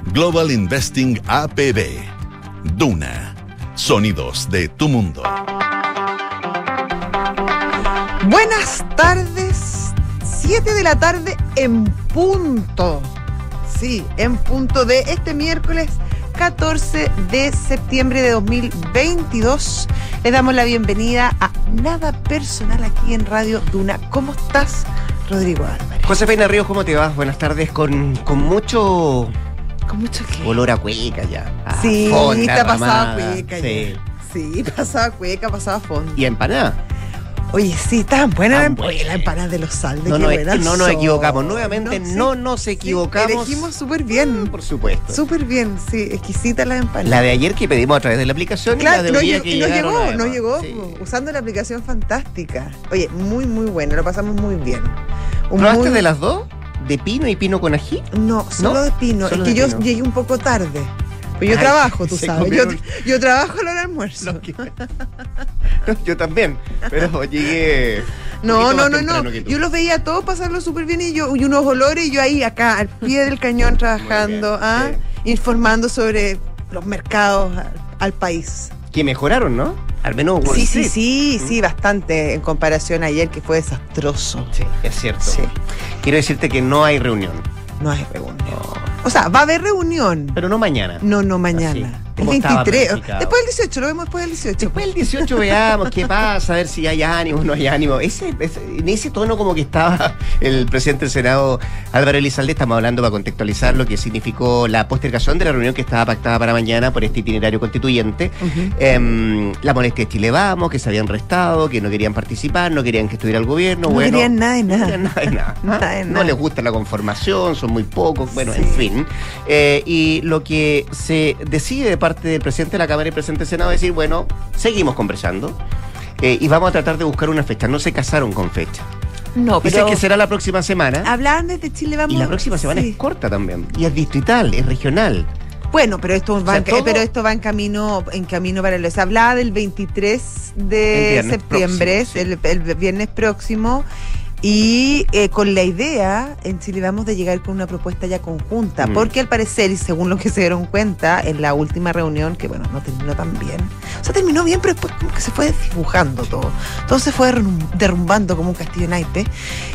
Global Investing APB. Duna. Sonidos de tu mundo. Buenas tardes. 7 de la tarde en punto. Sí, en punto de este miércoles 14 de septiembre de 2022. Le damos la bienvenida a Nada Personal aquí en Radio Duna. ¿Cómo estás, Rodrigo Álvarez? Josefina Ríos, ¿cómo te vas? Buenas tardes, con mucho... ¿Con mucho qué? Olor a cueca ya. Sí, fonda, está pasada ramada, cueca sí. ya. Sí, pasaba cueca, pasaba fondo. Y empanada. Oye, sí, estaban buenas Tan la empanada de los Saldes. No, qué buenas no nos son. equivocamos. Nuevamente, sí. no nos equivocamos. Sí, elegimos súper bien. Por supuesto. Súper bien, sí, exquisita la empanada. La de ayer que pedimos a través de la aplicación Claro, y la de hoy día que llegaron no llegó, sí. usando la aplicación fantástica. Oye, muy, muy bueno, lo pasamos muy bien. ¿Probaste de las dos? ¿De pino y pino con ají? No, solo de pino. Solo es que de yo pino. llegué un poco tarde. Pues yo Ay, trabajo, tú se sabes. comieron- Yo trabajo a la hora del almuerzo. Yo también, pero llegué... No. temprano que tú. Yo los veía todos pasarlo súper bien y unos olores y yo ahí acá al pie del cañón trabajando, bien, informando sobre los mercados al país. Que mejoraron, ¿no? Al menos Wall Street. Sí, bastante en comparación a ayer que fue desastroso. Sí, es cierto. Sí. Quiero decirte que no hay reunión. No hay reunión. O sea, va a haber reunión. Pero no mañana. No, mañana. Así, El como estaba 23. planificado. Después del 18, lo vemos después del 18. Después del 18 veamos qué pasa, a ver si hay ánimo o no hay ánimo. En ese tono como que estaba el presidente del Senado, Álvaro Elizalde. Estamos hablando para contextualizar lo que significó la postergación de la reunión que estaba pactada para mañana por este itinerario constituyente. La molestia de Chile Vamos, que se habían restado, que no querían participar, no querían que estuviera el gobierno. No querían nada de nada. No querían nada de nada. Nada de No nada. les gusta la conformación, son muy pocos, bueno, Sí. en fin. Y lo que se decide de parte del presidente de la Cámara y presidente del Senado es decir, bueno, seguimos conversando y vamos a tratar de buscar una fecha. No se casaron con fecha. No, Dicen que será la próxima semana. hablaban desde Chile Vamos. Y la próxima semana sí. es corta también. Y es distrital, es regional. Bueno, pero esto va, O sea, todo- pero esto va en camino paralelo. Se hablaba del 23 de El viernes septiembre, próximo, el viernes próximo, y con la idea en Chile Vamos de llegar con una propuesta ya conjunta, porque al parecer, y según lo que se dieron cuenta en la última reunión, que bueno, no terminó tan bien, o sea, terminó bien, pero después como que se fue desdibujando todo se fue derrumbando como un castillo de naipes.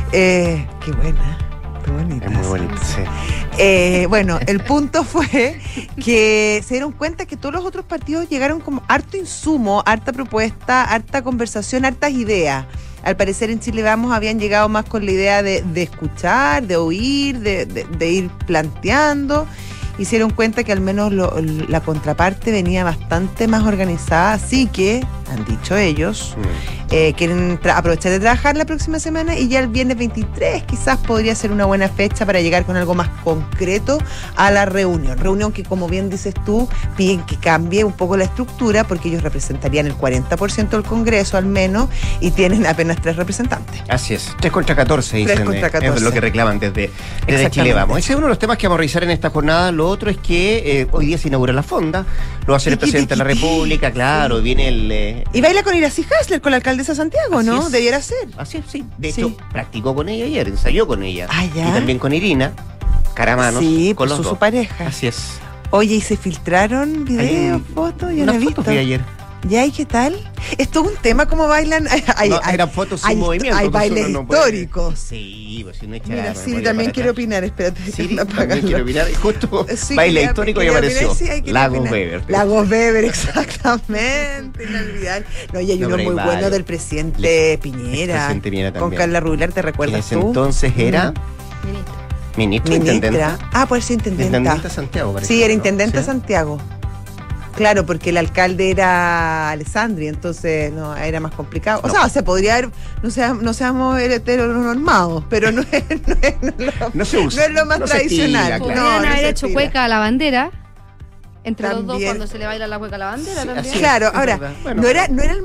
Qué buena. Qué bonita. Es muy esa. bonito, sí. Bueno, el punto fue que se dieron cuenta que todos los otros partidos llegaron como harto insumo, harta propuesta, harta conversación, hartas ideas. Al parecer en Chile Vamos habían llegado más con la idea de escuchar, de oír, de ir planteando. Y se dieron cuenta que al menos la contraparte venía bastante más organizada, así que, han dicho ellos, quieren aprovechar de trabajar la próxima semana y ya el viernes 23 quizás podría ser una buena fecha para llegar con algo más concreto a la reunión. Reunión que, como bien dices tú, piden que cambie un poco la estructura porque ellos representarían el 40% del Congreso al menos y tienen apenas 3 representantes. Así es, 3 contra 14 dicen. 3 contra 14. Es lo que reclaman desde Exactamente. Chile Vamos. Ese es uno de los temas que vamos a revisar en esta jornada. Lo otro es que hoy día se inaugura la fonda, lo va a hacer el presidente de la República, claro, viene el... Y baila con Iracy Hasler, con la alcaldesa de Santiago, Así ¿no? es. Debiera ser. Así es, sí. De Sí. hecho, practicó con ella ayer, ensayó con ella. Ah, ya. Y también con Irina Caramanos. Sí, con pues los su dos. pareja. Así es. Oye, ¿y se filtraron videos, Hay fotos? Yo no unas he fotos visto. vi ayer. ¿Ya? ¿Y qué tal? Es todo un tema cómo bailan. Eran fotos sin movimiento. Hay entonces bailes uno no puede- históricos. Sí, pues si no echa Mira, no Siri podía también para quiere atrás. opinar. Espérate, Siri déjame también apagarlo. quiere opinar. Y justo Sí, baile quería- histórico y quería apareció. opinar, sí, hay que Lagos opinar. Weber. Lagos Weber, exactamente. Inolvidable. No, y hay No, uno pero hay muy bueno varios. del presidente Piñera. Presidente Piñera Con también. Carla Rubilar, ¿te Que en recuerdas ese tú? entonces era ministro, intendente. Ministra. Pues sí, intendenta. Intendente de Santiago, parece. Sí, era ¿no? intendente de ¿Sí? Santiago. Claro, porque el alcalde era Alessandri, entonces no era más complicado. O No. sea, se podría haber, no seamos heteronormados, pero no es No se usa. no es lo más No se tradicional. estila, claro. Podrían no haber se hecho estila. cueca a la bandera. Entre los dos, También. cuando se le baila la cueca a la bandera Sí, también. así Claro, es ahora, verdad. Bueno, no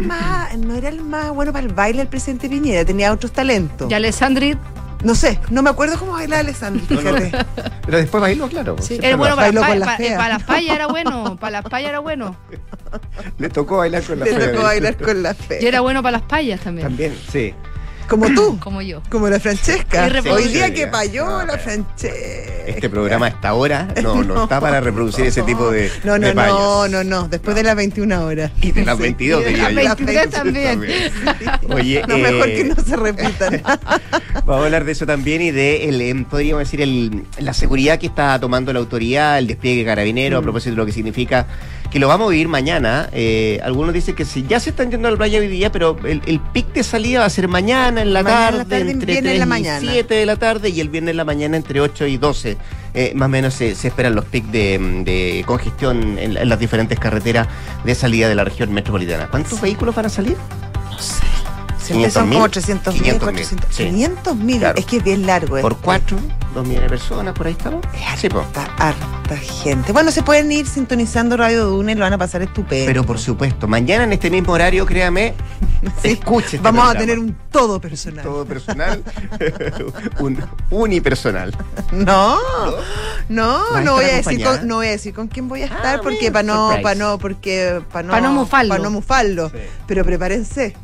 era el más bueno para el baile el presidente Piñera, tenía otros talentos. Y Alessandri, No sé, no me acuerdo cómo bailaba Alessandri, fíjate. Pero después bailó, claro. sí, siempre era bueno para, Bailó con la fea. para las payas era bueno. Para las payas era bueno. Le tocó bailar con la Le fea. tocó bailar con la fe. Y era bueno para las payas también. También, sí. Como tú. Como yo. Como la Francesca. Sí, Hoy sí, día sí, que ya. payó No, la pero- Francesca. este programa a esta hora no está para reproducir ese tipo de de payas. No. Después de las 21 horas. Y de las 22, Y de diría las yo. 23 también. Oye, No, mejor que no se repitan. vamos a hablar de eso también y de, podríamos decir, la seguridad que está tomando la autoridad, el despliegue carabinero, a propósito de lo que significa que lo vamos a vivir mañana. Algunos dicen que sí, ya se están yendo a la playa hoy día, pero el pic de salida va a ser mañana en la tarde, entre 3 y 7 de la tarde, y el viernes en la mañana entre 8 y 12. Más o menos se esperan los pics de congestión en las diferentes carreteras de salida de la región metropolitana. ¿Cuántos vehículos van a salir? No sé. Siempre son como 300.000, 400.000. Sí. 500.000. Claro. Es que es bien largo. Por 4, 2 millones de personas, por ahí estamos. Sí, po. Harta gente. Bueno, se pueden ir sintonizando Radio Duna y lo van a pasar estupendo. Pero por supuesto, mañana en este mismo horario, créame, escuche este Vamos a programa. tener un todo personal. Todo personal, un unipersonal. No ¿Va a voy a estar decir acompañada? no voy a decir con quién voy a estar porque mira, para surprise. Pa' no mufarlo. Sí. Pero prepárense,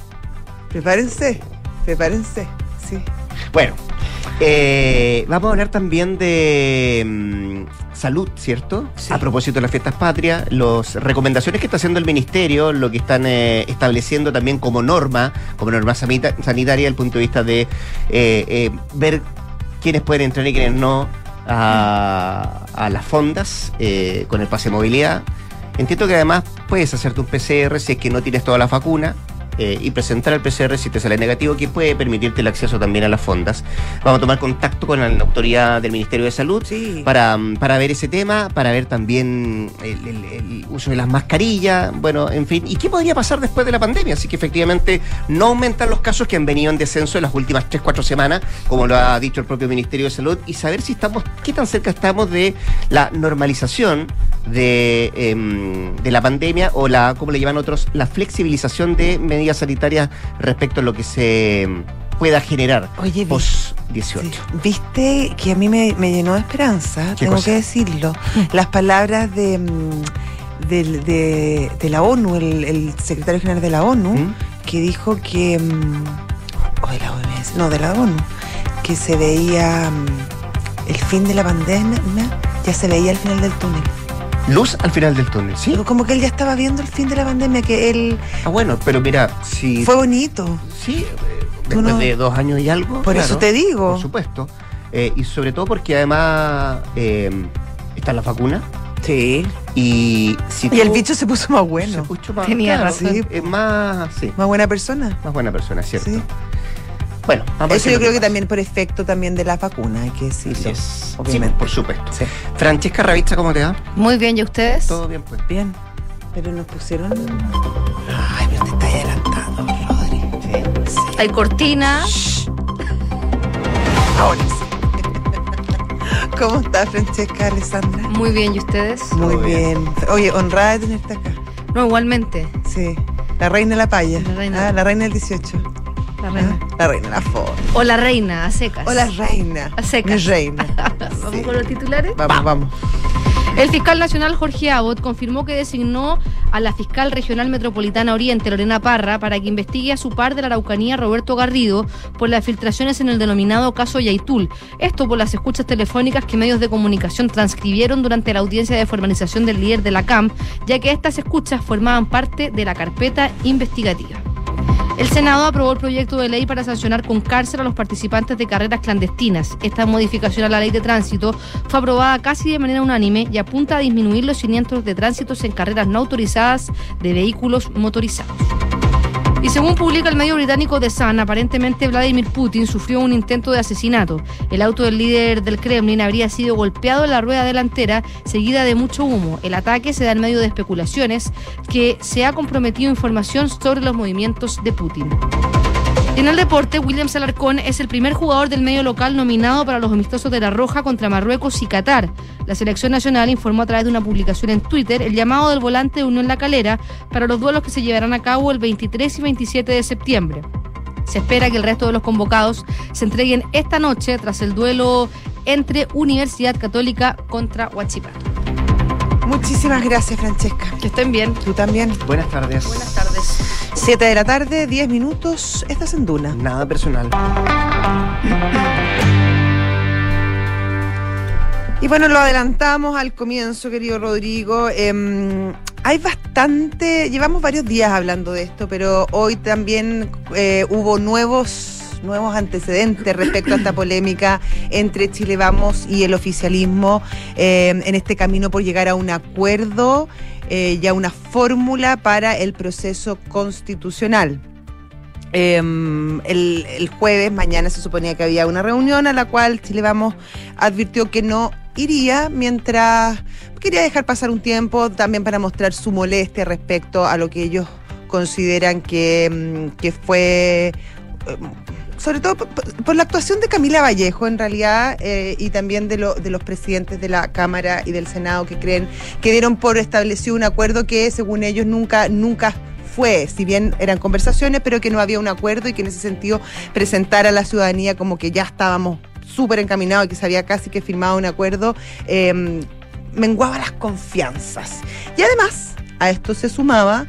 sí. Bueno, vamos a hablar también de salud, ¿cierto? Sí. A propósito de las fiestas patrias, las recomendaciones que está haciendo el Ministerio, lo que están estableciendo también como norma sanitaria desde el punto de vista de ver quiénes pueden entrar y quiénes no a las fondas con el pase de movilidad. Entiendo que además puedes hacerte un PCR si es que no tienes todas las vacunas. Y presentar el PCR si te sale negativo, que puede permitirte el acceso también a las fondas. Vamos a tomar contacto con la autoridad del Ministerio de Salud Sí. para ver ese tema, para ver también el uso de las mascarillas, bueno, en fin. ¿Y qué podría pasar después de la pandemia? Así que efectivamente no aumentan los casos que han venido en descenso en las últimas 3-4 semanas, como lo ha dicho el propio Ministerio de Salud, y saber si qué tan cerca estamos de la normalización de la pandemia o como le llaman otros, la flexibilización de medidas sanitarias respecto a lo que se pueda generar Oye, post-18. Sí. Viste que a mí me llenó de esperanza, ¿Qué tengo cosa? que decirlo. Las palabras de la ONU, el secretario general de la ONU, que dijo que o de la OMS, no, de la ONU, que se veía el fin de la pandemia, ya se veía al final del túnel. Luz al final del túnel, ¿sí? Como que él ya estaba viendo el fin de la pandemia, que él Bueno, pero mira, si... fue bonito. Sí, Tú después no- de 2 años y algo. Por eso te digo. Por supuesto. Y sobre todo porque además están las vacunas. Sí. Y si Y el tú- bicho se puso más bueno. se puso más, Tenía claro, razón. sí, más Más buena persona. buena persona, ¿cierto? Sí. Bueno, vamos a Eso ver yo lo creo que pasa. también por efecto también de las vacunas, hay que decirlo. Así es. Obviamente. Sí, por supuesto. Sí. Francesca Ravizza, ¿cómo te va? Muy bien, ¿y ustedes? Todo bien, pues. Bien. Pero nos pusieron. Ay, pero te estás adelantando, Rodri. Sí. Hay cortina. Ahora sí. ¿Cómo está Francesca Alessandra? Muy bien, ¿y ustedes? Muy Todo bien. bien. Oye, honrada de tenerte acá. No, igualmente. Sí. La reina de la paya. La reina. La reina del 18. La reina. La reina de la foto. O la reina, a secas. O la reina. A secas. Mi reina. Vamos Sí. con los titulares. Vamos. El fiscal nacional Jorge Abbott confirmó que designó a la fiscal regional metropolitana Oriente, Lorena Parra, para que investigue a su par de la Araucanía, Roberto Garrido, por las filtraciones en el denominado caso Yaitul. Esto por las escuchas telefónicas que medios de comunicación transcribieron durante la audiencia de formalización del líder de la CAM, ya que estas escuchas formaban parte de la carpeta investigativa. El Senado aprobó el proyecto de ley para sancionar con cárcel a los participantes de carreras clandestinas. Esta modificación a la ley de tránsito fue aprobada casi de manera unánime y apunta a disminuir los siniestros de tránsitos en carreras no autorizadas de vehículos motorizados. Y según publica el medio británico The Sun, aparentemente Vladimir Putin sufrió un intento de asesinato. El auto del líder del Kremlin habría sido golpeado en la rueda delantera, seguida de mucho humo. El ataque se da en medio de especulaciones que se ha comprometido información sobre los movimientos de Putin. En el deporte, William Alarcón es el primer jugador del medio local nominado para los amistosos de La Roja contra Marruecos y Qatar. La selección nacional informó a través de una publicación en Twitter el llamado del volante de Unión La Calera para los duelos que se llevarán a cabo el 23 y 27 de septiembre. Se espera que el resto de los convocados se entreguen esta noche tras el duelo entre Universidad Católica contra Huachipato. Muchísimas gracias, Francesca. Que estén bien. Tú también. Buenas tardes. Buenas tardes. 7 de la tarde, 10 minutos. Estás en Duna. Nada personal. Y bueno, lo adelantamos al comienzo, querido Rodrigo. Hay llevamos varios días hablando de esto, pero hoy también hubo nuevos antecedentes respecto a esta polémica entre Chile Vamos y el oficialismo en este camino por llegar a un acuerdo y a una fórmula para el proceso constitucional. El jueves, mañana se suponía que había una reunión a la cual Chile Vamos advirtió que no iría mientras quería dejar pasar un tiempo también para mostrar su molestia respecto a lo que ellos consideran que fue sobre todo por la actuación de Camila Vallejo en realidad y también de los presidentes de la Cámara y del Senado que creen que dieron por establecido un acuerdo que según ellos nunca fue, si bien eran conversaciones, pero que no había un acuerdo y que en ese sentido presentar a la ciudadanía como que ya estábamos súper encaminados y que se había casi que firmado un acuerdo, menguaba las confianzas. Y además, a esto se sumaba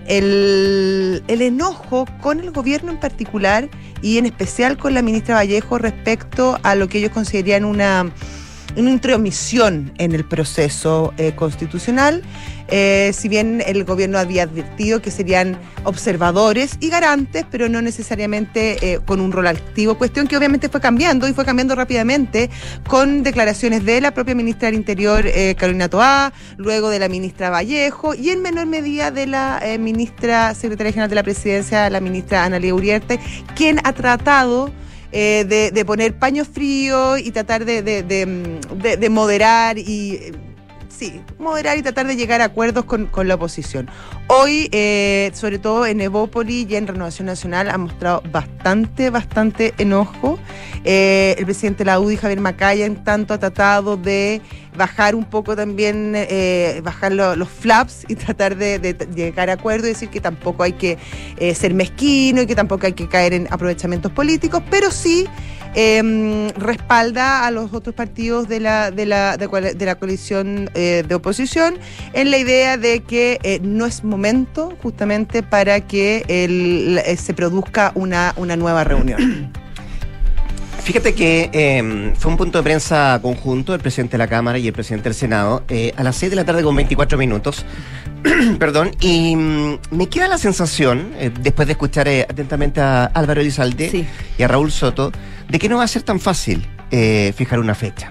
el enojo con el gobierno en particular y en especial con la ministra Vallejo respecto a lo que ellos considerarían una intromisión en el proceso constitucional. Si bien el gobierno había advertido que serían observadores y garantes, pero no necesariamente con un rol activo, cuestión que obviamente fue cambiando rápidamente con declaraciones de la propia ministra del Interior, Carolina Toá, luego de la ministra Vallejo y en menor medida de la ministra secretaria general de la Presidencia, la ministra Ana Lía Uriarte, quien ha tratado de poner paños fríos y tratar de moderar y tratar de llegar a acuerdos con la oposición. Hoy, sobre todo en Evópoli y en Renovación Nacional, ha mostrado bastante enojo. El presidente de la UDI, Javier Macaya, en tanto ha tratado de bajar un poco también, bajar los flaps y tratar de llegar a acuerdo y decir que tampoco hay que ser mezquino y que tampoco hay que caer en aprovechamientos políticos, pero sí respalda a los otros partidos de la coalición de oposición en la idea de que no es momento justamente para que se produzca una nueva reunión. Fíjate que fue un punto de prensa conjunto del presidente de la Cámara y el presidente del Senado a las 6 de la tarde con 24 minutos. Perdón, y me queda la sensación, después de escuchar atentamente a Álvaro Elizalde y a Raúl Soto, de que no va a ser tan fácil fijar una fecha.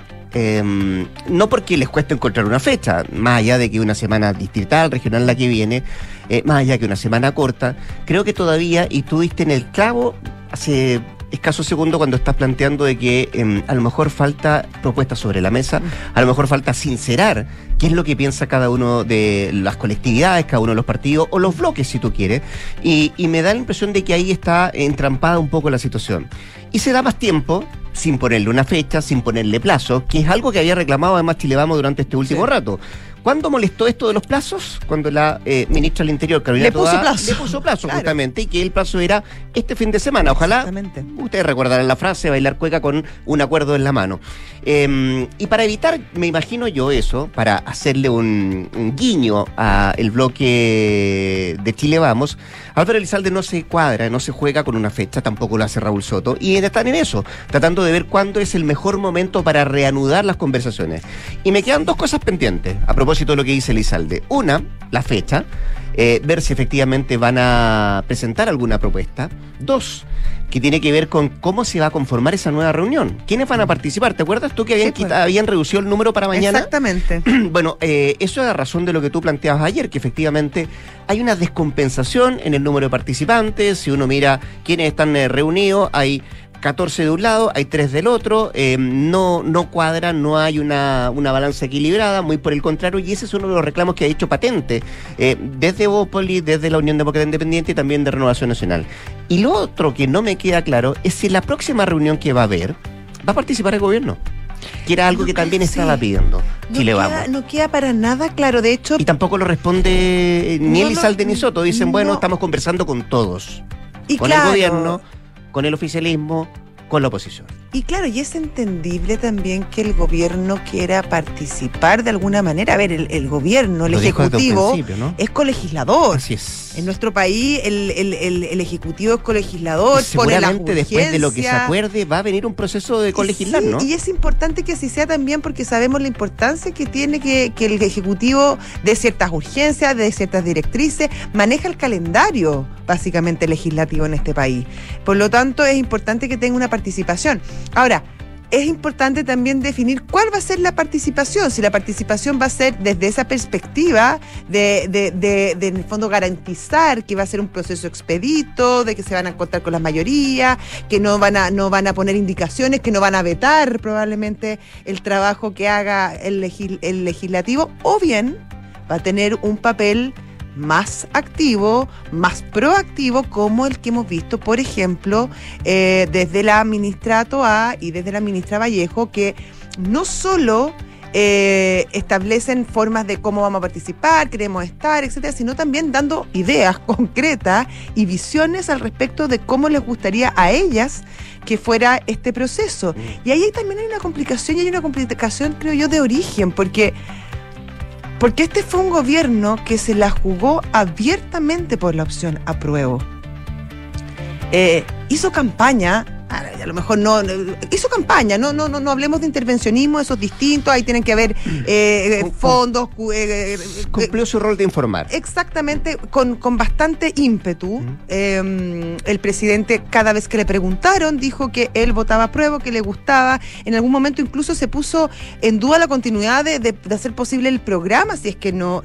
No porque les cueste encontrar una fecha, más allá de que una semana distrital, regional la que viene, más allá que una semana corta, creo que todavía, y tú diste en el clavo hace escaso segundo cuando estás planteando de que a lo mejor falta propuestas sobre la mesa, a lo mejor falta sincerar qué es lo que piensa cada uno de las colectividades, cada uno de los partidos o los bloques si tú quieres, y me da la impresión de que ahí está entrampada un poco la situación. Y se da más tiempo sin ponerle una fecha, sin ponerle plazo, que es algo que había reclamado además Chile Vamos durante este último rato. ¿Cuándo molestó esto de los plazos? Cuando la ministra del Interior, Carolina Toá, le puso plazo claro. Justamente, y que el plazo era este fin de semana. Ojalá, ustedes recordarán la frase, bailar cueca con un acuerdo en la mano. Y para evitar, me imagino yo eso, para hacerle un guiño al bloque de Chile Vamos, Álvaro Elizalde no se cuadra, no se juega con una fecha, tampoco lo hace Raúl Soto, y están en eso, tratando de ver cuándo es el mejor momento para reanudar las conversaciones. Y me quedan dos cosas pendientes, a propósito de lo que dice Elizalde. Una, la fecha, ver si efectivamente van a presentar alguna propuesta. Dos, que tiene que ver con cómo se va a conformar esa nueva reunión. ¿Quiénes van a participar? ¿Te acuerdas tú que habían reducido el número para mañana? Exactamente. Bueno, eso es a razón de lo que tú planteabas ayer, que efectivamente hay una descompensación en el número de participantes. Si uno mira quiénes están reunidos, hay 14 de un lado, hay 3 del otro, no cuadran, no hay una balanza equilibrada, muy por el contrario, y ese es uno de los reclamos que ha hecho patente desde Evópoli, desde la Unión Demócrata Independiente y también de Renovación Nacional. Y lo otro que no me queda claro es si la próxima reunión que va a haber va a participar el gobierno, que era algo que también estaba pidiendo Chile Vamos. No queda para nada claro, de hecho. Y tampoco lo responde ni Elizalde ni Soto, dicen, bueno, estamos conversando con todos, con el gobierno, con el oficialismo, con la oposición. Y claro, y es entendible también que el gobierno quiera participar de alguna manera. A ver, el gobierno, el Ejecutivo, ¿no? Es colegislador. Así es. En nuestro país, el Ejecutivo es colegislador. Seguramente después de lo que se acuerde va a venir un proceso de colegislar, ¿no? Y es importante que así sea también porque sabemos la importancia que tiene que el Ejecutivo dé ciertas urgencias, de ciertas directrices, maneja el calendario básicamente legislativo en este país. Por lo tanto, es importante que tenga una participación. Ahora, es importante también definir cuál va a ser la participación, si la participación va a ser desde esa perspectiva de en el fondo garantizar que va a ser un proceso expedito, de que se van a contar con las mayorías, que no van a poner indicaciones, que no van a vetar probablemente el trabajo que haga el legislativo, o bien va a tener un papel más activo, más proactivo, como el que hemos visto, por ejemplo, desde la ministra Toá y desde la ministra Vallejo, que no solo establecen formas de cómo vamos a participar, queremos estar, etcétera, sino también dando ideas concretas y visiones al respecto de cómo les gustaría a ellas que fuera este proceso. Y ahí también hay una complicación, creo yo, de origen, porque este fue un gobierno que se la jugó abiertamente por la opción apruebo. Hizo campaña, a lo mejor hizo campaña, no hablemos de intervencionismo, eso es distinto, ahí tienen que haber fondos. Cumplió su rol de informar. Exactamente, con bastante ímpetu. El presidente, cada vez que le preguntaron, dijo que él votaba apruebo, que le gustaba. En algún momento incluso se puso en duda la continuidad de hacer posible el programa si es que no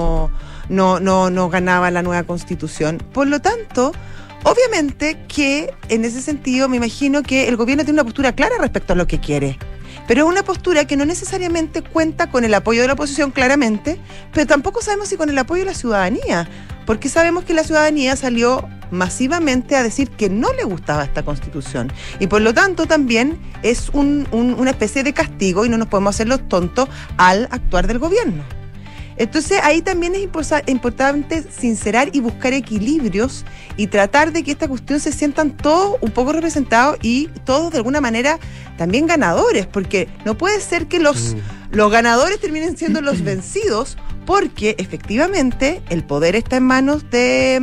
ganaba la nueva constitución. Por lo tanto, obviamente que en ese sentido me imagino que el gobierno tiene una postura clara respecto a lo que quiere, pero es una postura que no necesariamente cuenta con el apoyo de la oposición claramente, pero tampoco sabemos si con el apoyo de la ciudadanía, porque sabemos que la ciudadanía salió masivamente a decir que no le gustaba esta constitución y por lo tanto también es una especie de castigo y no nos podemos hacer los tontos al actuar del gobierno. Entonces ahí también es importante sincerar y buscar equilibrios y tratar de que esta cuestión se sientan todos un poco representados y todos de alguna manera también ganadores, porque no puede ser que los ganadores terminen siendo los vencidos, porque efectivamente el poder está en manos de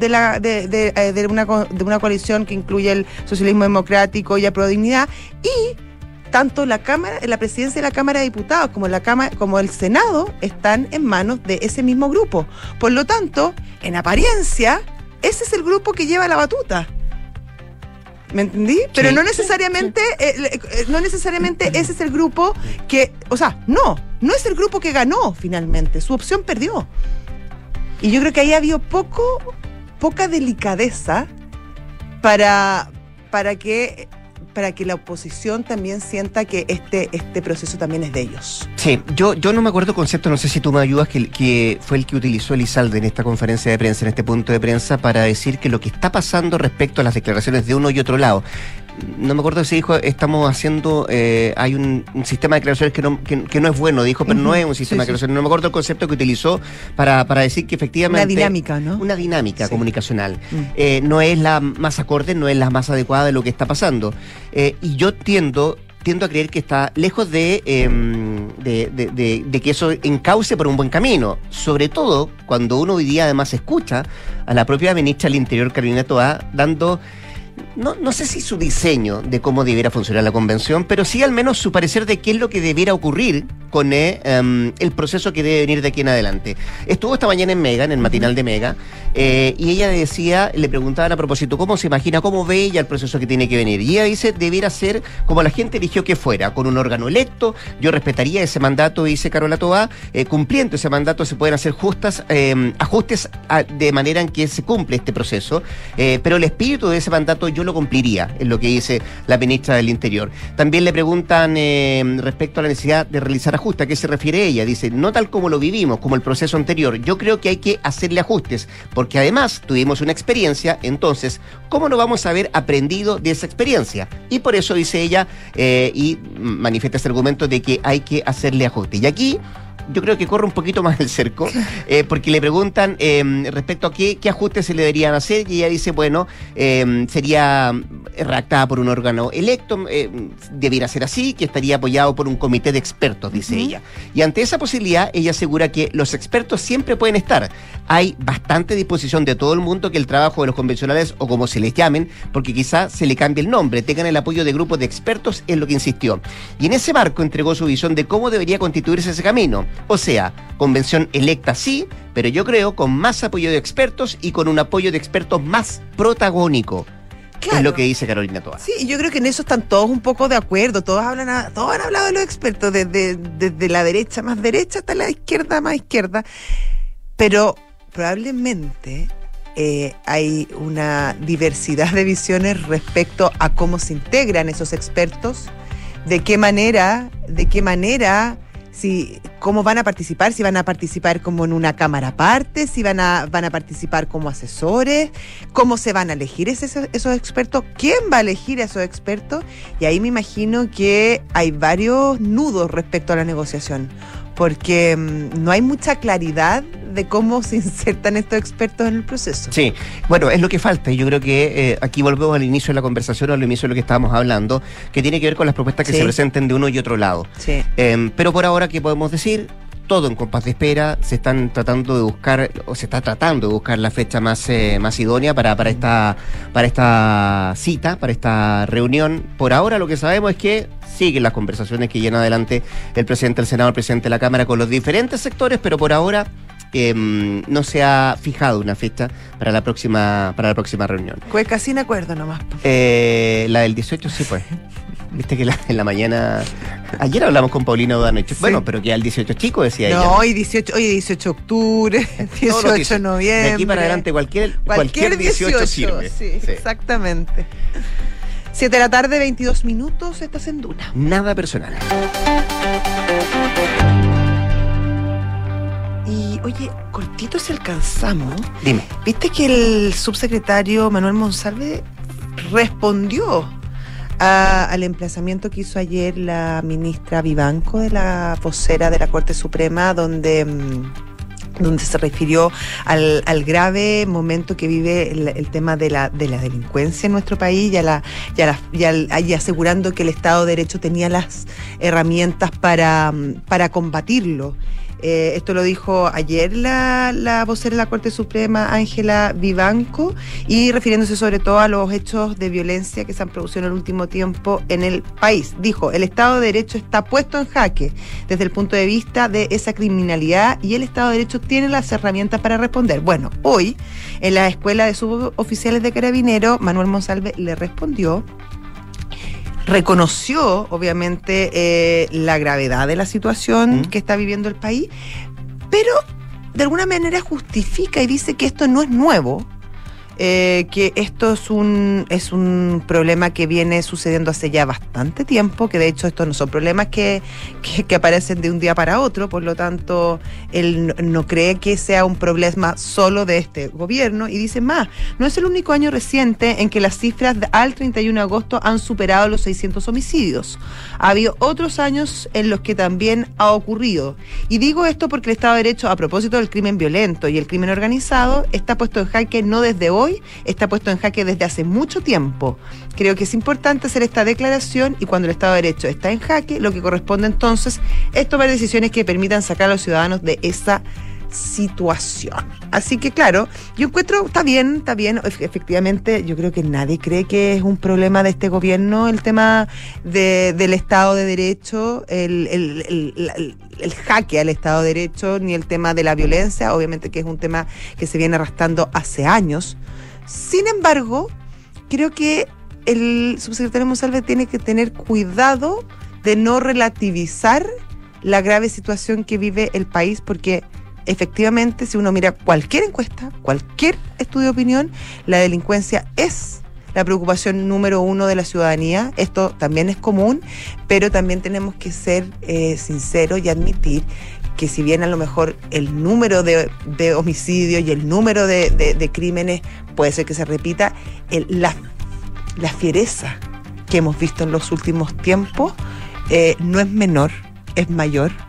una coalición que incluye el socialismo democrático y Aprodignidad, y tanto la presidencia de la Cámara de Diputados como el Senado están en manos de ese mismo grupo. Por lo tanto, en apariencia, ese es el grupo que lleva la batuta. ¿Me entendí? Pero sí. no necesariamente ese es el grupo que, no es el grupo que ganó finalmente. Su opción perdió. Y yo creo que ahí ha habido poca delicadeza para que la oposición también sienta que este proceso también es de ellos. Sí, yo no me acuerdo el concepto, no sé si tú me ayudas, que fue el que utilizó Elizalde en esta conferencia de prensa, en este punto de prensa, para decir que lo que está pasando respecto a las declaraciones de uno y otro lado, no me acuerdo si dijo, estamos haciendo, hay un sistema de declaraciones que no es bueno, dijo, pero no es un sistema de declaraciones. No me acuerdo el concepto que utilizó para decir que efectivamente... Una dinámica, ¿no? Una dinámica comunicacional. No es la más acorde, no es la más adecuada de lo que está pasando. Y yo tiendo a creer que está lejos de que eso encauce por un buen camino, sobre todo cuando uno hoy día además escucha a la propia ministra del Interior, Carolina Toá, dando... No sé si su diseño de cómo debiera funcionar la convención, pero sí al menos su parecer de qué es lo que debiera ocurrir con el proceso que debe venir de aquí en adelante. Estuvo esta mañana en Mega, en el matinal de Mega, y ella le preguntaban a propósito cómo se imagina, cómo ve ella el proceso que tiene que venir. Y ella dice, debiera ser como la gente eligió que fuera, con un órgano electo. Yo respetaría ese mandato, dice Carola Toá, cumpliendo ese mandato se pueden hacer ajustes de manera en que se cumple este proceso, pero el espíritu de ese mandato yo lo cumpliría, es lo que dice la ministra del Interior. También le preguntan respecto a la necesidad de realizar ajustes. ¿A qué se refiere ella? Dice, no tal como lo vivimos, como el proceso anterior. Yo creo que hay que hacerle ajustes, porque además tuvimos una experiencia, entonces, ¿cómo no vamos a haber aprendido de esa experiencia? Y por eso dice ella, y manifiesta ese argumento de que hay que hacerle ajustes. Y aquí yo creo que corre un poquito más el cerco, porque le preguntan respecto a qué ajustes se le deberían hacer, y ella dice, bueno, sería redactada por un órgano electo, debiera ser así, que estaría apoyado por un comité de expertos, dice ella. Y ante esa posibilidad, ella asegura que los expertos siempre pueden estar. Hay bastante disposición de todo el mundo que el trabajo de los convencionales, o como se les llamen, porque quizás se le cambie el nombre, tengan el apoyo de grupos de expertos, es lo que insistió. Y en ese marco entregó su visión de cómo debería constituirse ese camino. O sea, convención electa sí, pero yo creo con más apoyo de expertos y con un apoyo de expertos más protagónico. Claro. Es lo que dice Carolina Toa. Sí, yo creo que en eso están todos un poco de acuerdo. Todos han hablado de los expertos, desde la derecha más derecha hasta la izquierda más izquierda. Pero probablemente hay una diversidad de visiones respecto a cómo se integran esos expertos, de qué manera, cómo van a participar, si van a participar como en una cámara aparte, si van a participar como asesores, cómo se van a elegir esos expertos, quién va a elegir a esos expertos, y ahí me imagino que hay varios nudos respecto a la negociación, porque no hay mucha claridad de cómo se insertan estos expertos en el proceso. Sí, bueno, es lo que falta, y yo creo que aquí volvemos al inicio de la conversación, al inicio de lo que estábamos hablando, que tiene que ver con las propuestas que se presenten de uno y otro lado. Sí. Pero por ahora, ¿qué podemos decir? Todo en compás de espera, se está tratando de buscar la fecha más idónea para esta cita, para esta reunión. Por ahora lo que sabemos es que siguen las conversaciones que lleva adelante el presidente del Senado, el presidente de la Cámara con los diferentes sectores, pero por ahora no se ha fijado una fecha para la próxima reunión. Cueca sin acuerdo nomás. La del 18 sí, pues. Viste que en la mañana... Ayer hablamos con Paulina O'Donnell. Sí. Bueno, pero que al 18 chico, decía ella. No, hoy 18 de octubre, 18 de noviembre. De aquí para adelante cualquier 18 sirve. Sí, exactamente. 7 de la tarde, 22 minutos, estás en Duna. Nada personal. Y, oye, cortito si alcanzamos. Dime. ¿Viste que el subsecretario Manuel Monsalve respondió al emplazamiento que hizo ayer la ministra Vivanco, de la vocera de la Corte Suprema, donde se refirió al grave momento que vive el tema de la delincuencia en nuestro país, y asegurando que el Estado de Derecho tenía las herramientas para combatirlo. Esto lo dijo ayer la vocera de la Corte Suprema, Ángela Vivanco, y refiriéndose sobre todo a los hechos de violencia que se han producido en el último tiempo en el país. Dijo, el Estado de Derecho está puesto en jaque desde el punto de vista de esa criminalidad, y el Estado de Derecho tiene las herramientas para responder. Bueno, hoy en la Escuela de Suboficiales de Carabineros, Manuel Monsalve le respondió, reconoció obviamente la gravedad de la situación que está viviendo el país, pero de alguna manera justifica y dice que esto no es nuevo, que esto es un problema que viene sucediendo hace ya bastante tiempo, que de hecho estos no son problemas que aparecen de un día para otro, por lo tanto él no cree que sea un problema solo de este gobierno, y dice más, no es el único año reciente en que las cifras al 31 de agosto han superado los 600 homicidios. Ha habido otros años en los que también ha ocurrido, y digo esto porque el Estado de Derecho, a propósito del crimen violento y el crimen organizado, está puesto en jaque no desde hoy, está puesto en jaque desde hace mucho tiempo. Creo que es importante hacer esta declaración, y cuando el Estado de Derecho está en jaque, lo que corresponde entonces es tomar decisiones que permitan sacar a los ciudadanos de esa situación. Así que claro, yo encuentro, está bien, efectivamente, yo creo que nadie cree que es un problema de este gobierno el tema del Estado de Derecho, el jaque al Estado de Derecho, ni el tema de la violencia, obviamente que es un tema que se viene arrastrando hace años. Sin embargo, creo que el subsecretario Monsalve tiene que tener cuidado de no relativizar la grave situación que vive el país, porque efectivamente, si uno mira cualquier encuesta, cualquier estudio de opinión, la delincuencia es la preocupación número uno de la ciudadanía. Esto también es común, pero también tenemos que ser sinceros y admitir que si bien a lo mejor el número de homicidios y el número de crímenes puede ser que se repita, la fiereza que hemos visto en los últimos tiempos no es menor, es mayor.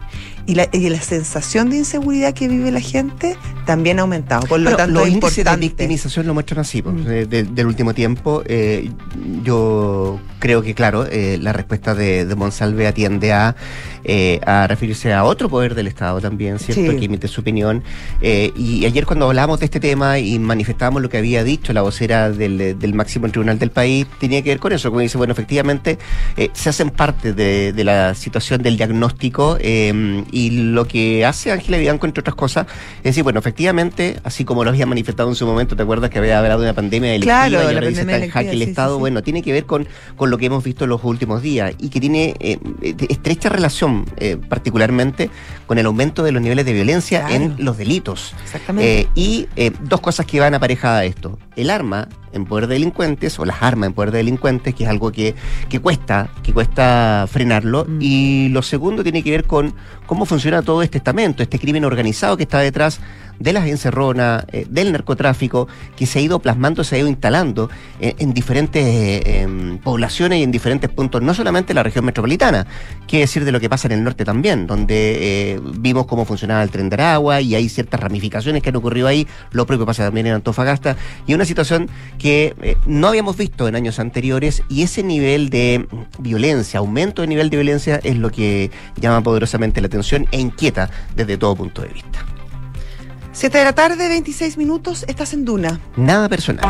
Y la sensación de inseguridad que vive la gente también ha aumentado. Por lo tanto, los es índices de importante. victimización lo muestran así, del último tiempo. Yo creo que, claro, la respuesta de Monsalve atiende a referirse a otro poder del Estado también, ¿cierto? Sí. Que emite su opinión. Y ayer cuando hablábamos de este tema y manifestábamos lo que había dicho la vocera del máximo tribunal del país, tenía que ver con eso, como dice, bueno, efectivamente se hacen parte de la situación del diagnóstico, y lo que hace Ángela Vivanco, entre otras cosas, es decir, bueno, efectivamente, así como lo había manifestado en su momento, ¿te acuerdas que había hablado de una pandemia delictiva? Claro, y la ahora dice pandemia está en jaque el delictiva, sí, Estado? sí, sí. Bueno, tiene que ver con lo que hemos visto en los últimos días y que tiene estrecha relación, particularmente con el aumento de los niveles de violencia, Claro. en los delitos. Exactamente. Y dos cosas que van aparejadas a esto: el arma en poder de delincuentes, o las armas en poder de delincuentes, que es algo que cuesta frenarlo. Y lo segundo tiene que ver con cómo funciona todo este estamento, este crimen organizado que está detrás de las encerronas, del narcotráfico, que se ha ido plasmando, se ha ido instalando en diferentes poblaciones y en diferentes puntos, no solamente en la región metropolitana, qué decir de lo que pasa en el norte también, donde vimos cómo funcionaba el Tren de Aragua y hay ciertas ramificaciones que han ocurrido ahí, lo propio pasa también en Antofagasta, y una situación que no habíamos visto en años anteriores, y ese nivel de violencia, aumento de nivel de violencia, es lo que llama poderosamente la atención e inquieta desde todo punto de vista. 7 de la tarde, 26 minutos, estás en Duna. Nada personal.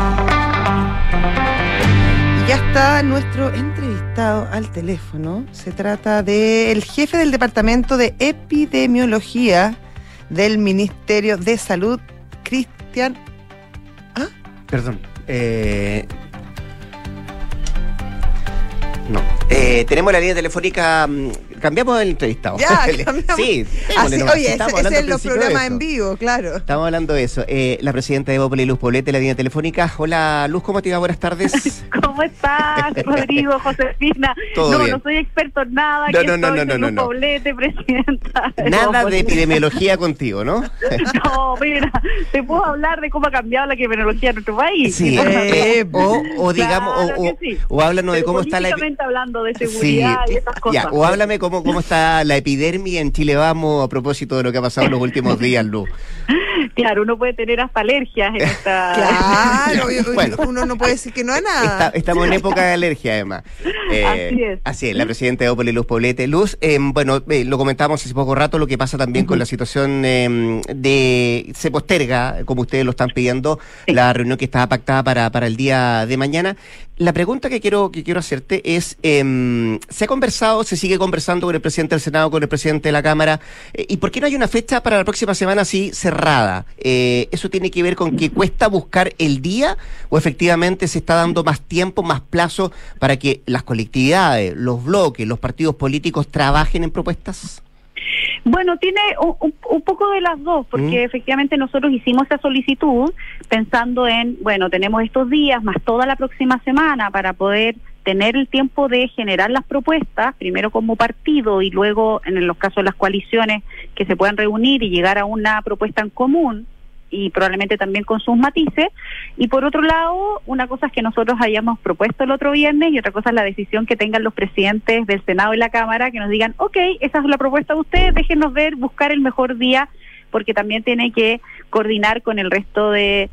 Y ya está nuestro entrevistado al teléfono. Se trata del jefe del Departamento de Epidemiología del Ministerio de Salud, Cristian. Perdón. No. Tenemos la línea telefónica. Cambiamos el entrevistado. Ya, cambiamos. Sí. Así, oye, Estamos ese hablando es los al principio de programas eso. en vivo, claro. Estamos hablando de eso. La presidenta de Evópolis, Luz Poblete, la línea telefónica. Hola, Luz, ¿cómo te va? Buenas tardes. ¿Cómo estás, Rodrigo, Josefina? Todo bien. No soy experto en nada. No. Poblete, presidenta. Nada de epidemiología contigo, ¿no? No, mira, te puedo hablar de cómo ha cambiado la epidemiología en nuestro país. Sí. O digamos, Claro que sí. o háblanos de Pero cómo está la políticamente hablando de seguridad y esas cosas. Ya, o háblame cómo está la epidermia en Chile Vamos a propósito de lo que ha pasado en los últimos días, Luz. Claro, uno puede tener hasta alergias en esta... Claro, Bueno. uno no puede decir que no a nada. Estamos en época de alergia, además. Así es. La presidenta de Evópolis, Luz Poblete. Luz, lo comentamos hace poco rato, lo que pasa también con la situación se posterga, como ustedes lo están pidiendo, la reunión que estaba pactada para el día de mañana. La pregunta que quiero hacerte es, ¿se ha conversado, se sigue conversando con el presidente del Senado, con el presidente de la Cámara? ¿Y por qué no hay una fecha para la próxima semana así cerrada? ¿Eso tiene que ver con que cuesta buscar el día o efectivamente se está dando más tiempo, más plazo para que las colectividades, los bloques, los partidos políticos trabajen en propuestas? Bueno, tiene un poco de las dos, porque efectivamente nosotros hicimos esa solicitud pensando en, bueno, tenemos estos días más toda la próxima semana para poder tener el tiempo de generar las propuestas, primero como partido y luego en los casos de las coaliciones que se puedan reunir y llegar a una propuesta en común, y probablemente también con sus matices. Y por otro lado, una cosa es que nosotros hayamos propuesto el otro viernes y otra cosa es la decisión que tengan los presidentes del Senado y la Cámara, que nos digan, ok, esa es la propuesta de ustedes, déjenos ver, buscar el mejor día, porque también tiene que coordinar con el resto de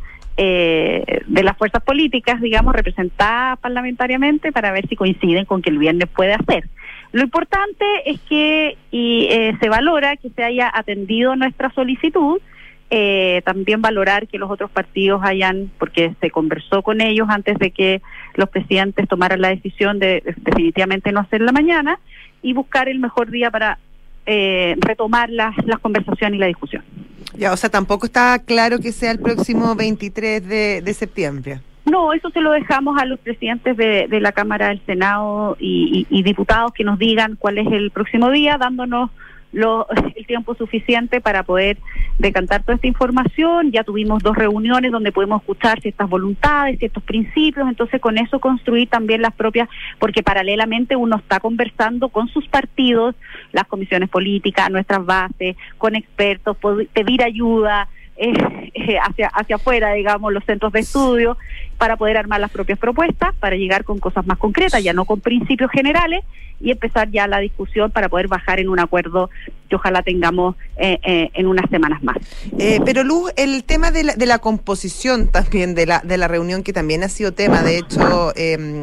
las fuerzas políticas, digamos, representadas parlamentariamente, para ver si coinciden con que el viernes puede hacer. Lo importante es que se valora que se haya atendido nuestra solicitud. También valorar que los otros partidos porque se conversó con ellos antes de que los presidentes tomaran la decisión de definitivamente no hacerla mañana, y buscar el mejor día para retomar las conversaciones y la discusión. Ya, o sea, tampoco está claro que sea el próximo 23 de septiembre. No, eso se lo dejamos a los presidentes de la Cámara, del Senado y diputados, que nos digan cuál es el próximo día, dándonos el tiempo suficiente para poder decantar toda esta información. Ya tuvimos 2 reuniones donde pudimos escuchar ciertas voluntades, ciertos principios, entonces con eso construir también las propias, porque paralelamente uno está conversando con sus partidos, las comisiones políticas, nuestras bases, con expertos, pedir ayuda hacia afuera, digamos, los centros de estudio, para poder armar las propias propuestas, para llegar con cosas más concretas, ya no con principios generales, y empezar ya la discusión para poder bajar en un acuerdo que ojalá tengamos en unas semanas más. Pero Luz, el tema de la composición también de la reunión, que también ha sido tema, de hecho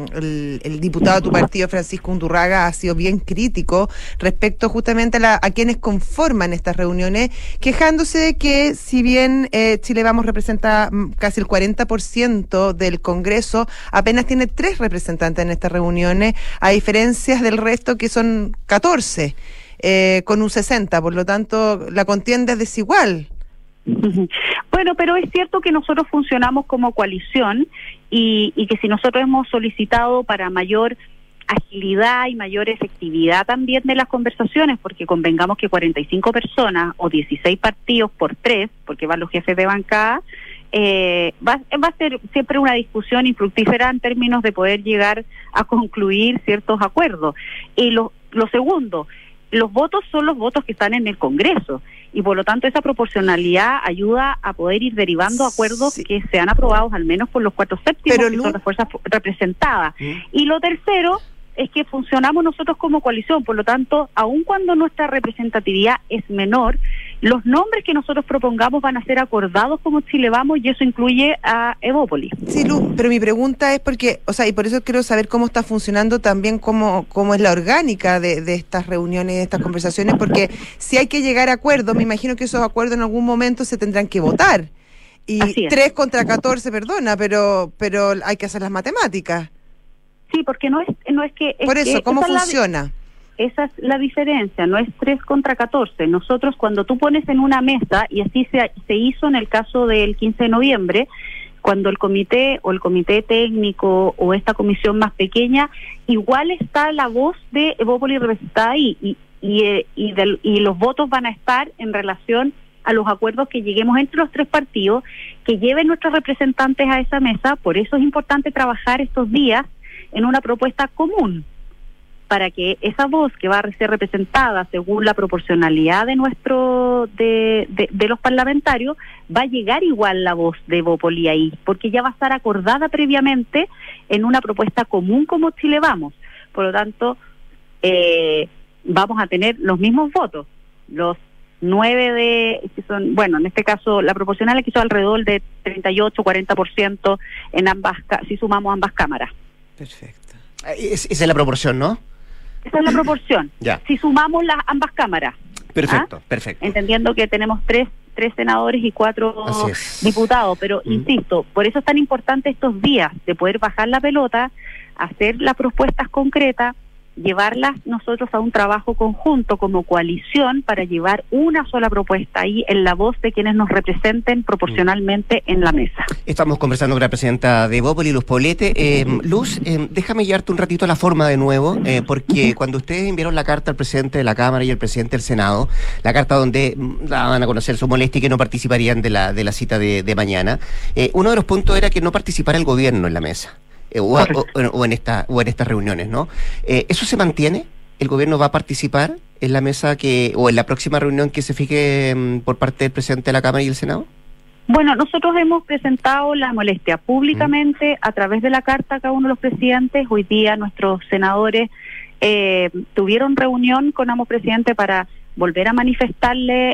el diputado de tu partido, Francisco Undurraga, ha sido bien crítico respecto justamente a quienes conforman estas reuniones, quejándose de que si bien Chile Vamos representa casi el 40% del Congreso, apenas tiene 3 representantes en estas reuniones, a diferencias del resto que son 14, con un 60%, por lo tanto la contienda es desigual. Bueno, pero es cierto que nosotros funcionamos como coalición y que si nosotros hemos solicitado para mayor agilidad y mayor efectividad también de las conversaciones, porque convengamos que 45 personas o 16 partidos por 3, porque van los jefes de bancada, va a ser siempre una discusión infructífera en términos de poder llegar a concluir ciertos acuerdos. Y lo segundo, los votos son los votos que están en el Congreso, y por lo tanto esa proporcionalidad ayuda a poder ir derivando acuerdos que sean aprobados al menos por los 4/7, que son las fuerzas representadas. Y lo tercero es que funcionamos nosotros como coalición, por lo tanto, aun cuando nuestra representatividad es menor, los nombres que nosotros propongamos van a ser acordados como Chile Vamos, y eso incluye a Evópolis. Sí, Luz, pero mi pregunta es porque, y por eso quiero saber cómo está funcionando también, cómo es la orgánica de estas reuniones, de estas conversaciones, porque si hay que llegar a acuerdos, me imagino que esos acuerdos en algún momento se tendrán que votar. Y 3 contra 14, perdona, pero hay que hacer las matemáticas. Sí, porque no es que... Por eso, ¿cómo funciona? Esa es la diferencia, no es 3 contra 14. Nosotros, cuando tú pones en una mesa, y así se hizo en el caso del 15 de noviembre, cuando el comité o el comité técnico o esta comisión más pequeña, igual está la voz de Evópolis representada ahí, y los votos van a estar en relación a los acuerdos que lleguemos entre los 3 partidos, que lleven nuestros representantes a esa mesa. Por eso es importante trabajar estos días en una propuesta común, para que esa voz que va a ser representada según la proporcionalidad de de los parlamentarios, va a llegar igual la voz de Evópolis ahí, porque ya va a estar acordada previamente en una propuesta común como Chile Vamos. Por lo tanto, vamos a tener los mismos votos, los 9 que son, en este caso la proporcional quiso alrededor de 38-40% en ambas, si sumamos ambas cámaras. Perfecto. Esa es la proporción, ¿no? Esa es la proporción. Ya. Si sumamos ambas cámaras. Perfecto, perfecto. Entendiendo que tenemos tres senadores y 4 diputados, pero insisto, por eso es tan importante estos días de poder bajar la pelota, hacer las propuestas concretas, llevarlas nosotros a un trabajo conjunto como coalición para llevar una sola propuesta ahí en la voz de quienes nos representen proporcionalmente en la mesa. Estamos conversando con la presidenta de Evópolis, Luz Poblete. Luz, déjame llevarte un ratito a la forma de nuevo, porque cuando ustedes enviaron la carta al presidente de la Cámara y al presidente del Senado, la carta donde daban a conocer su molestia y que no participarían de la cita de mañana, uno de los puntos era que no participara el gobierno en la mesa. O en estas reuniones, ¿no? ¿Eso se mantiene? ¿El gobierno va a participar en la mesa o en la próxima reunión que se fije por parte del presidente de la Cámara y el Senado? Bueno, nosotros hemos presentado la molestia públicamente a través de la carta a cada uno de los presidentes. Hoy día nuestros senadores tuvieron reunión con ambos presidentes para volver a manifestarle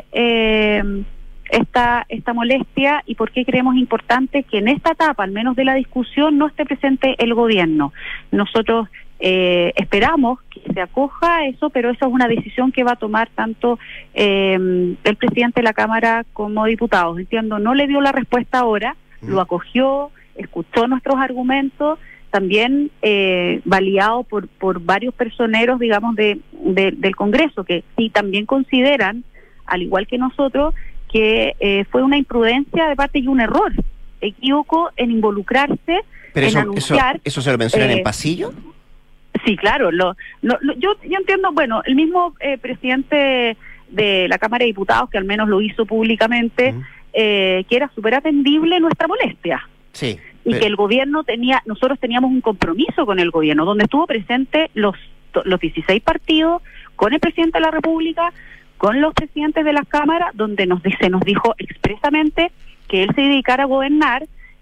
esta molestia, y por qué creemos importante que en esta etapa, al menos de la discusión, no esté presente el gobierno. Nosotros esperamos que se acoja a eso, pero esa es una decisión que va a tomar tanto el presidente de la Cámara como diputados. Entiendo, no le dio la respuesta ahora, lo acogió, escuchó nuestros argumentos, también validado por varios personeros, digamos, del Congreso, que sí también consideran, al igual que nosotros, que fue una imprudencia de parte y un error, equívoco en involucrarse, pero anunciar... ¿Eso se lo mencionan en pasillo? Sí, claro. Yo entiendo, el mismo presidente de la Cámara de Diputados, que al menos lo hizo públicamente, que era súper atendible nuestra molestia. Sí. Y que el gobierno nosotros teníamos un compromiso con el gobierno, donde estuvo presente los 16 partidos, con el presidente de la República, con los presidentes de las cámaras, donde se nos dijo expresamente que él se dedicara a gobernar,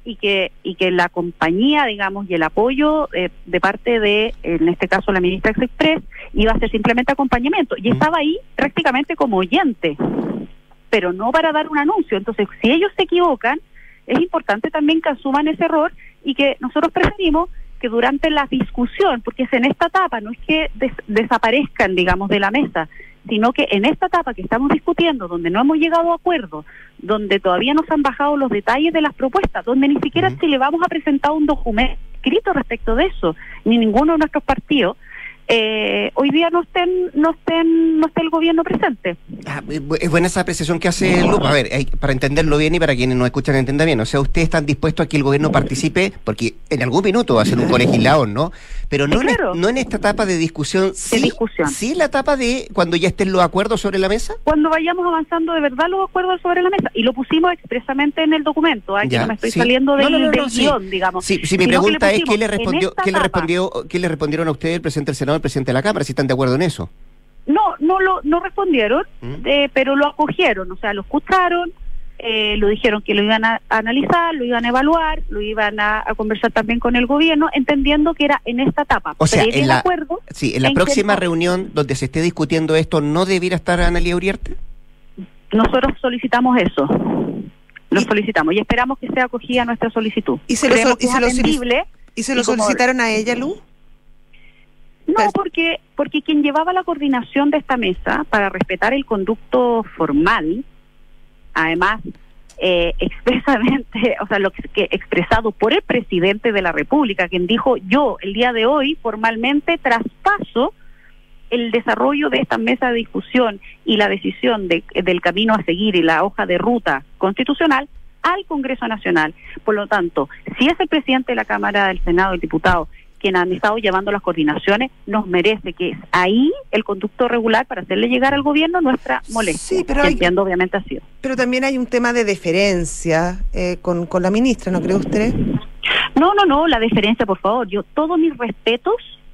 y que la compañía, digamos, y el apoyo de parte de, en este caso, la ministra Express, iba a ser simplemente acompañamiento. Y estaba ahí prácticamente como oyente, pero no para dar un anuncio. Entonces, si ellos se equivocan, es importante también que asuman ese error y que nosotros preferimos que durante la discusión, porque es en esta etapa, no es que desaparezcan, digamos, de la mesa, sino que en esta etapa que estamos discutiendo, donde no hemos llegado a acuerdo, donde todavía no se han bajado los detalles de las propuestas, donde ni siquiera si le vamos a presentar un documento escrito respecto de eso, ni ninguno de nuestros partidos, hoy día no esté el gobierno presente. Es buena esa apreciación que hace Lupa. A ver, para entenderlo bien y para quienes nos escuchan entiendan bien, o sea, ustedes están dispuestos a que el gobierno participe, porque en algún minuto va a ser un colegislado, ¿no? Pero no, claro, no en esta etapa de discusión, sí la etapa de cuando ya estén los acuerdos sobre la mesa. Cuando vayamos avanzando de verdad los acuerdos sobre la mesa, y lo pusimos expresamente en el documento, que no me estoy saliendo del guión, digamos. Sí, mi pregunta es ¿qué le respondieron a ustedes, el presidente del Senado, el presidente de la Cámara, si están de acuerdo en eso? No respondieron, pero lo acogieron, o sea, lo escucharon, lo dijeron que lo iban a analizar, lo iban a evaluar, lo iban a conversar también con el gobierno, entendiendo que era en esta etapa. O sea, en la próxima reunión donde se esté discutiendo esto, ¿no debiera estar Analía Uriarte? Nosotros solicitamos eso. Lo solicitamos y esperamos que sea acogida nuestra solicitud. ¿Y se lo solicitaron a ella, Lu? No, porque quien llevaba la coordinación de esta mesa, para respetar el conducto formal, además expresamente, o sea, lo que expresado por el presidente de la República, quien dijo: yo el día de hoy formalmente traspaso el desarrollo de esta mesa de discusión y la decisión del camino a seguir y la hoja de ruta constitucional al Congreso Nacional. Por lo tanto, si es el presidente de la Cámara, del Senado, del Diputado, quien han estado llevando las coordinaciones, nos merece que es ahí el conducto regular para hacerle llegar al gobierno nuestra molestia. Sí, pero que entiendo obviamente ha sido. Pero también hay un tema de deferencia con la ministra, ¿no cree usted? No, la deferencia, por favor. Yo todo mi respeto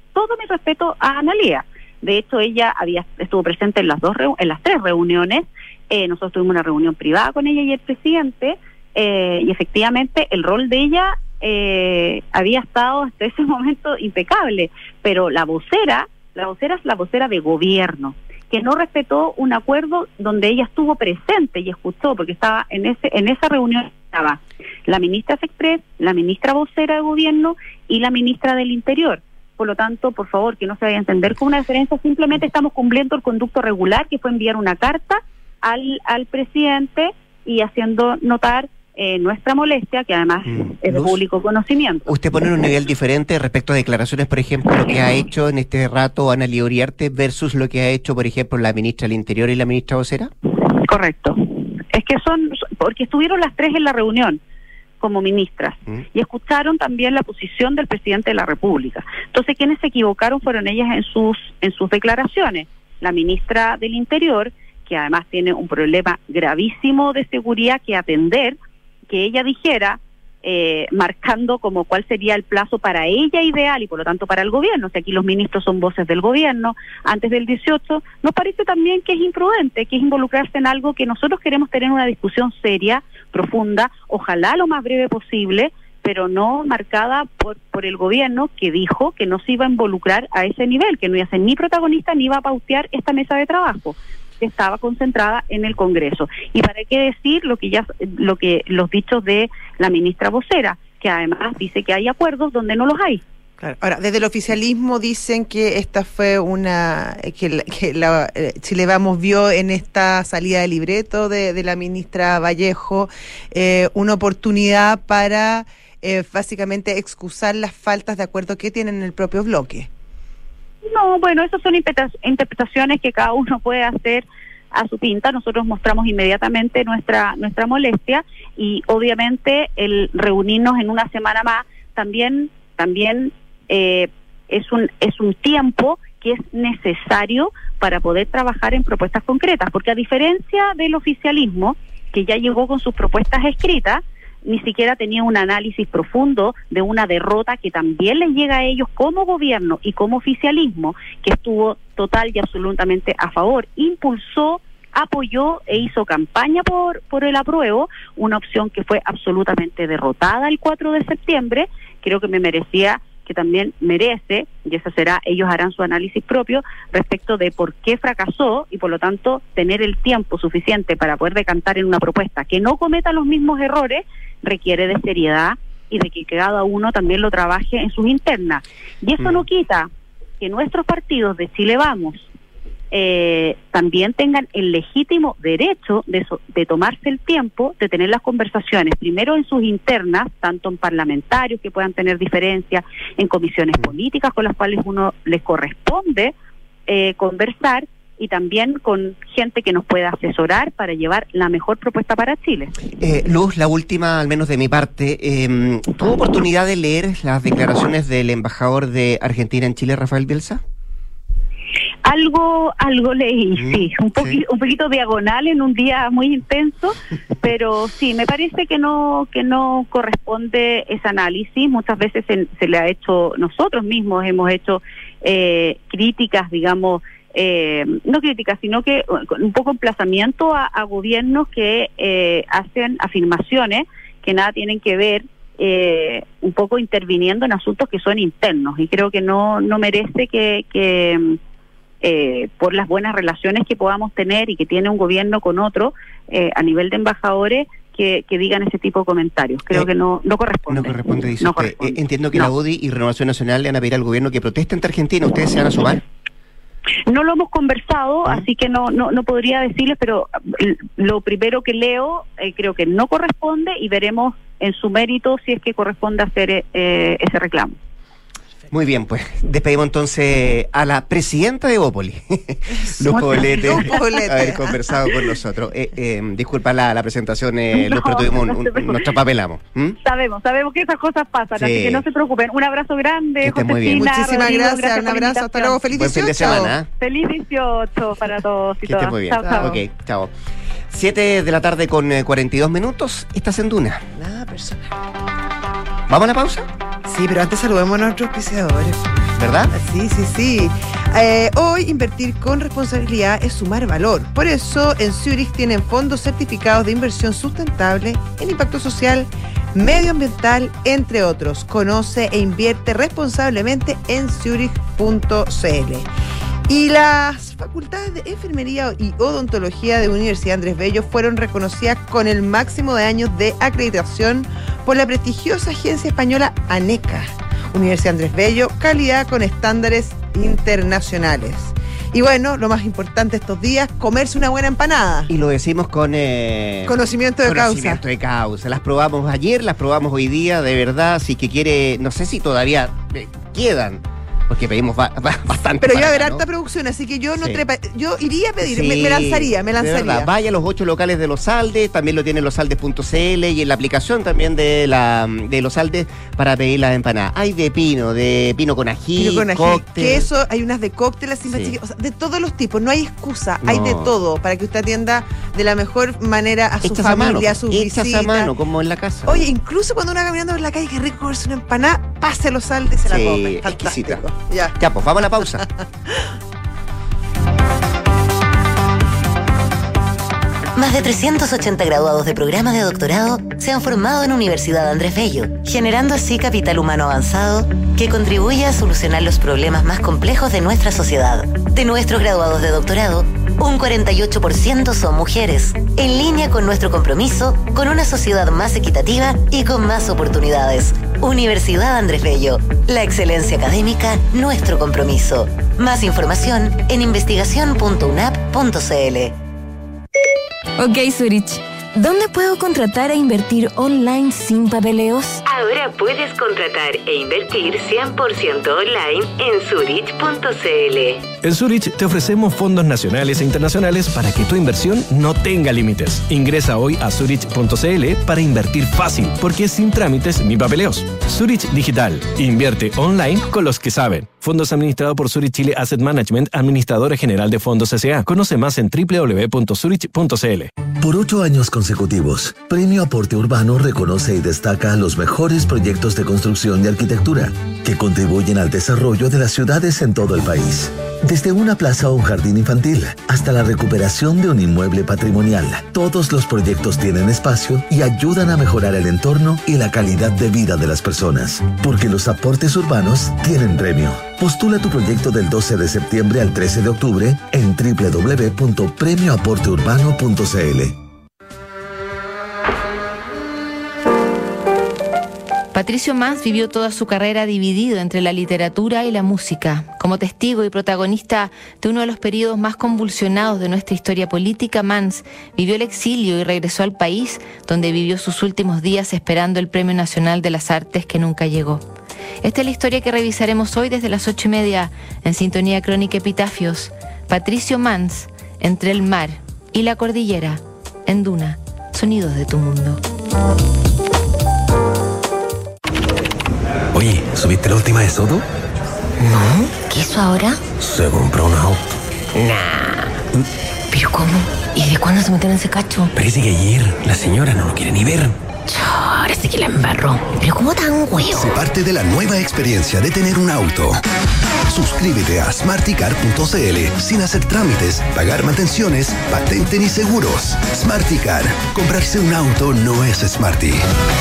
a Analía. De hecho, ella estuvo presente en las 3 reuniones. Nosotros tuvimos una reunión privada con ella y el presidente, y efectivamente el rol de ella había estado hasta ese momento impecable, pero la vocera es la vocera de gobierno, que no respetó un acuerdo donde ella estuvo presente y escuchó, porque estaba en esa reunión estaba la ministra Express, la ministra vocera de gobierno y la ministra del Interior. Por lo tanto, por favor, que no se vaya a entender con una diferencia, simplemente estamos cumpliendo el conducto regular, que fue enviar una carta al presidente y haciendo notar nuestra molestia, que además es de público conocimiento. ¿Usted pone en un nivel diferente respecto a declaraciones, por ejemplo, lo que ha hecho en este rato Analía Uriarte versus lo que ha hecho, por ejemplo, la ministra del Interior y la ministra vocera? Correcto. Es que porque estuvieron las 3 en la reunión como ministras y escucharon también la posición del presidente de la República. Entonces, quienes se equivocaron fueron ellas en sus declaraciones. La ministra del Interior, que además tiene un problema gravísimo de seguridad que atender, que ella dijera, marcando como cuál sería el plazo para ella ideal y por lo tanto para el gobierno. O sea, aquí los ministros son voces del gobierno antes del 18, nos parece también que es imprudente, que es involucrarse en algo que nosotros queremos tener una discusión seria, profunda, ojalá lo más breve posible, pero no marcada por el gobierno, que dijo que no se iba a involucrar a ese nivel, que no iba a ser ni protagonista ni iba a pautear esta mesa de trabajo, que estaba concentrada en el Congreso. Y para qué decir lo que los dichos de la ministra vocera, que además dice que hay acuerdos donde no los hay. Claro. Ahora, desde el oficialismo dicen que esta fue Chile Vamos vio en esta salida de libreto de la ministra Vallejo una oportunidad para básicamente excusar las faltas de acuerdo que tienen en el propio bloque. No, bueno, esas son interpretaciones que cada uno puede hacer a su pinta. Nosotros mostramos inmediatamente nuestra molestia y obviamente el reunirnos en una semana más también es un tiempo que es necesario para poder trabajar en propuestas concretas, porque a diferencia del oficialismo, que ya llegó con sus propuestas escritas, ni siquiera tenía un análisis profundo de una derrota que también les llega a ellos como gobierno y como oficialismo, que estuvo total y absolutamente a favor. Impulsó apoyó e hizo campaña por el apruebo, una opción que fue absolutamente derrotada el 4 de septiembre. Creo que que también merece, y eso será, ellos harán su análisis propio respecto de por qué fracasó, y por lo tanto tener el tiempo suficiente para poder decantar en una propuesta que no cometa los mismos errores requiere de seriedad y de que cada uno también lo trabaje en sus internas. Y eso no quita que nuestros partidos de Chile Vamos también tengan el legítimo derecho de tomarse el tiempo de tener las conversaciones, primero en sus internas, tanto en parlamentarios que puedan tener diferencias, en comisiones políticas con las cuales uno les corresponde conversar, y también con gente que nos pueda asesorar para llevar la mejor propuesta para Chile. Luz, la última, al menos de mi parte, ¿tuvo oportunidad de leer las declaraciones del embajador de Argentina en Chile, Rafael Bielsa? Algo leí, sí, un poquito diagonal en un día muy intenso, pero sí, me parece que no corresponde ese análisis. Muchas veces se le ha hecho, nosotros mismos hemos hecho críticas, digamos, no críticas, sino que un poco emplazamiento a gobiernos que hacen afirmaciones que nada tienen que ver, un poco interviniendo en asuntos que son internos, y creo que no merece que por las buenas relaciones que podamos tener y que tiene un gobierno con otro, a nivel de embajadores, que digan ese tipo de comentarios. Creo que no corresponde. No corresponde, dice usted. Entiendo que la UDI y Renovación Nacional le van a pedir al gobierno que proteste ante Argentina. ¿Ustedes se van a sumar? No lo hemos conversado, así que no podría decirles, pero lo primero que leo creo que no corresponde, y veremos en su mérito si es que corresponde hacer ese reclamo. Muy bien, pues despedimos entonces a la presidenta de Evópolis, Luz Poblete, haber conversado con nosotros. Disculpa la presentación, Luz, pero nos trapapelamos. Sabemos que esas cosas pasan, sí. Así que no se preocupen. Un abrazo grande, Josefina. Muy bien. Muchísimas gracias, un abrazo, hasta luego, feliz 18. Buen fin de semana. Feliz 18 para todos y todas. Muy bien. Chao. Ok, chao. 7 de la tarde con 42 minutos, estás en Duna. Nada personal. ¿Vamos a la pausa? Sí, pero antes saludemos a nuestros auspiciadores. ¿Verdad? Sí. Hoy invertir con responsabilidad es sumar valor. Por eso en Zurich tienen fondos certificados de inversión sustentable en impacto social, medioambiental, entre otros. Conoce e invierte responsablemente en zurich.cl. Y las facultades de enfermería y odontología de Universidad Andrés Bello fueron reconocidas con el máximo de años de acreditación por la prestigiosa agencia española ANECA. Universidad Andrés Bello, calidad con estándares internacionales. Y bueno, lo más importante estos días, comerse una buena empanada. Y lo decimos con conocimiento de causa. Las probamos ayer, las probamos hoy día, de verdad. Si que quiere, no sé si todavía quedan, porque pedimos bastante. Pero ya va a haber harta producción, así que yo yo iría a pedir, sí, me lanzaría. De verdad, vaya a los 8 locales de Los Aldes, también lo tiene losaldes.cl, y en la aplicación también de Los Aldes para pedir las empanadas. Hay de pino con ají, cóctel. Queso, hay unas de cóctel así, sí. O sea, de todos los tipos, no hay excusa, hay de todo para que usted atienda de la mejor manera a su familia, a sus visitas. Hechas a mano, como en la casa. Oye, incluso cuando uno va caminando por la calle, que rico comerse una empanada, pase a Los Aldes y se la come. Exquisita. Ya, pues vamos a la pausa. Más de 380 graduados de programas de doctorado se han formado en Universidad Andrés Bello, generando así capital humano avanzado que contribuye a solucionar los problemas más complejos de nuestra sociedad. De nuestros graduados de doctorado, un 48% son mujeres, en línea con nuestro compromiso con una sociedad más equitativa y con más oportunidades. Universidad Andrés Bello, la excelencia académica, nuestro compromiso. Más información en investigación.unap.cl. Ok, Zurich, ¿dóndde puedo contratar e invertir online sin papeleos? Ahora puedes contratar e invertir 100% online en Zurich.cl. En Zurich te ofrecemos fondos nacionales e internacionales para que tu inversión no tenga límites. Ingresa hoy a Zurich.cl para invertir fácil, porque es sin trámites ni papeleos. Zurich Digital. Invierte online con los que saben. Fondos administrados por Zurich Chile Asset Management, administradora general de fondos S.A. Conoce más en www.zurich.cl. Por 8 años consecutivos, Premio Aporte Urbano reconoce y destaca los mejores proyectos de construcción y arquitectura que contribuyen al desarrollo de las ciudades en todo el país. Desde una plaza o un jardín infantil hasta la recuperación de un inmueble patrimonial, todos los proyectos tienen espacio y ayudan a mejorar el entorno y la calidad de vida de las personas. Porque los aportes urbanos tienen premio. Postula tu proyecto del 12 de septiembre al 13 de octubre en www.premioaporteurbano.cl. Patricio Mans vivió toda su carrera dividido entre la literatura y la música. Como testigo y protagonista de uno de los periodos más convulsionados de nuestra historia política, Mans vivió el exilio y regresó al país, donde vivió sus últimos días esperando el Premio Nacional de las Artes que nunca llegó. Esta es la historia que revisaremos hoy desde las 8:30 en Sintonía Crónica Epitafios. Patricio Mans, entre el mar y la cordillera, en Duna, sonidos de tu mundo. Oye, ¿subiste la última de Soto? No, ¿qué hizo ahora? Se compró un auto. Nah. ¿Pero cómo? ¿Y de cuándo se metieron en ese cacho? Parece que ayer la señora no lo quiere ni ver. Ahora sí que la embarró. ¿Pero cómo tan huevo? Se parte de la nueva experiencia de tener un auto. Suscríbete a smarticar.cl sin hacer trámites, pagar mantenciones, patente ni seguros. Smarticar. Comprarse un auto no es Smarty.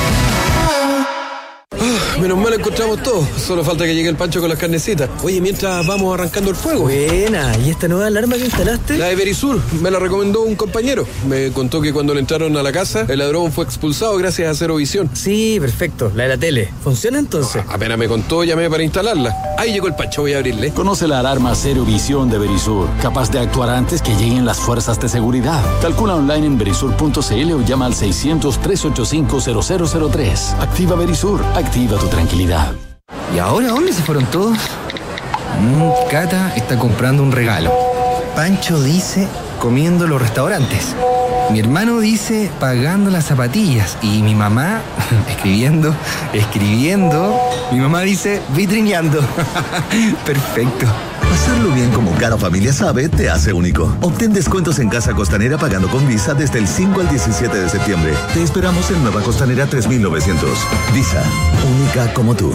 Menos mal encontramos todo. Solo falta que llegue el Pancho con las carnecitas. Oye, mientras vamos arrancando el fuego. Buena. ¿Y esta nueva alarma que instalaste? La de Verisur. Me la recomendó un compañero. Me contó que cuando le entraron a la casa, el ladrón fue expulsado gracias a Cero Visión. Sí, perfecto. La de la tele. ¿Funciona entonces? Apenas me contó, llamé para instalarla. Ahí llegó el Pancho, voy a abrirle. Conoce la alarma Cero Visión de Verisur, capaz de actuar antes que lleguen las fuerzas de seguridad. Calcula online en verisur.cl o llama al 600-385-0003. Activa Verisur. Activa tu tranquilidad. ¿Y ahora dónde se fueron todos? Cata está comprando un regalo. Pancho dice comiendo en los restaurantes. Mi hermano dice pagando las zapatillas. Y mi mamá escribiendo. Mi mamá dice vitrineando. Perfecto. Pasarlo bien como cada familia sabe te hace único. Obtén descuentos en Casa Costanera pagando con Visa desde el 5 al 17 de septiembre. Te esperamos en Nueva Costanera 3900. Visa, única como tú.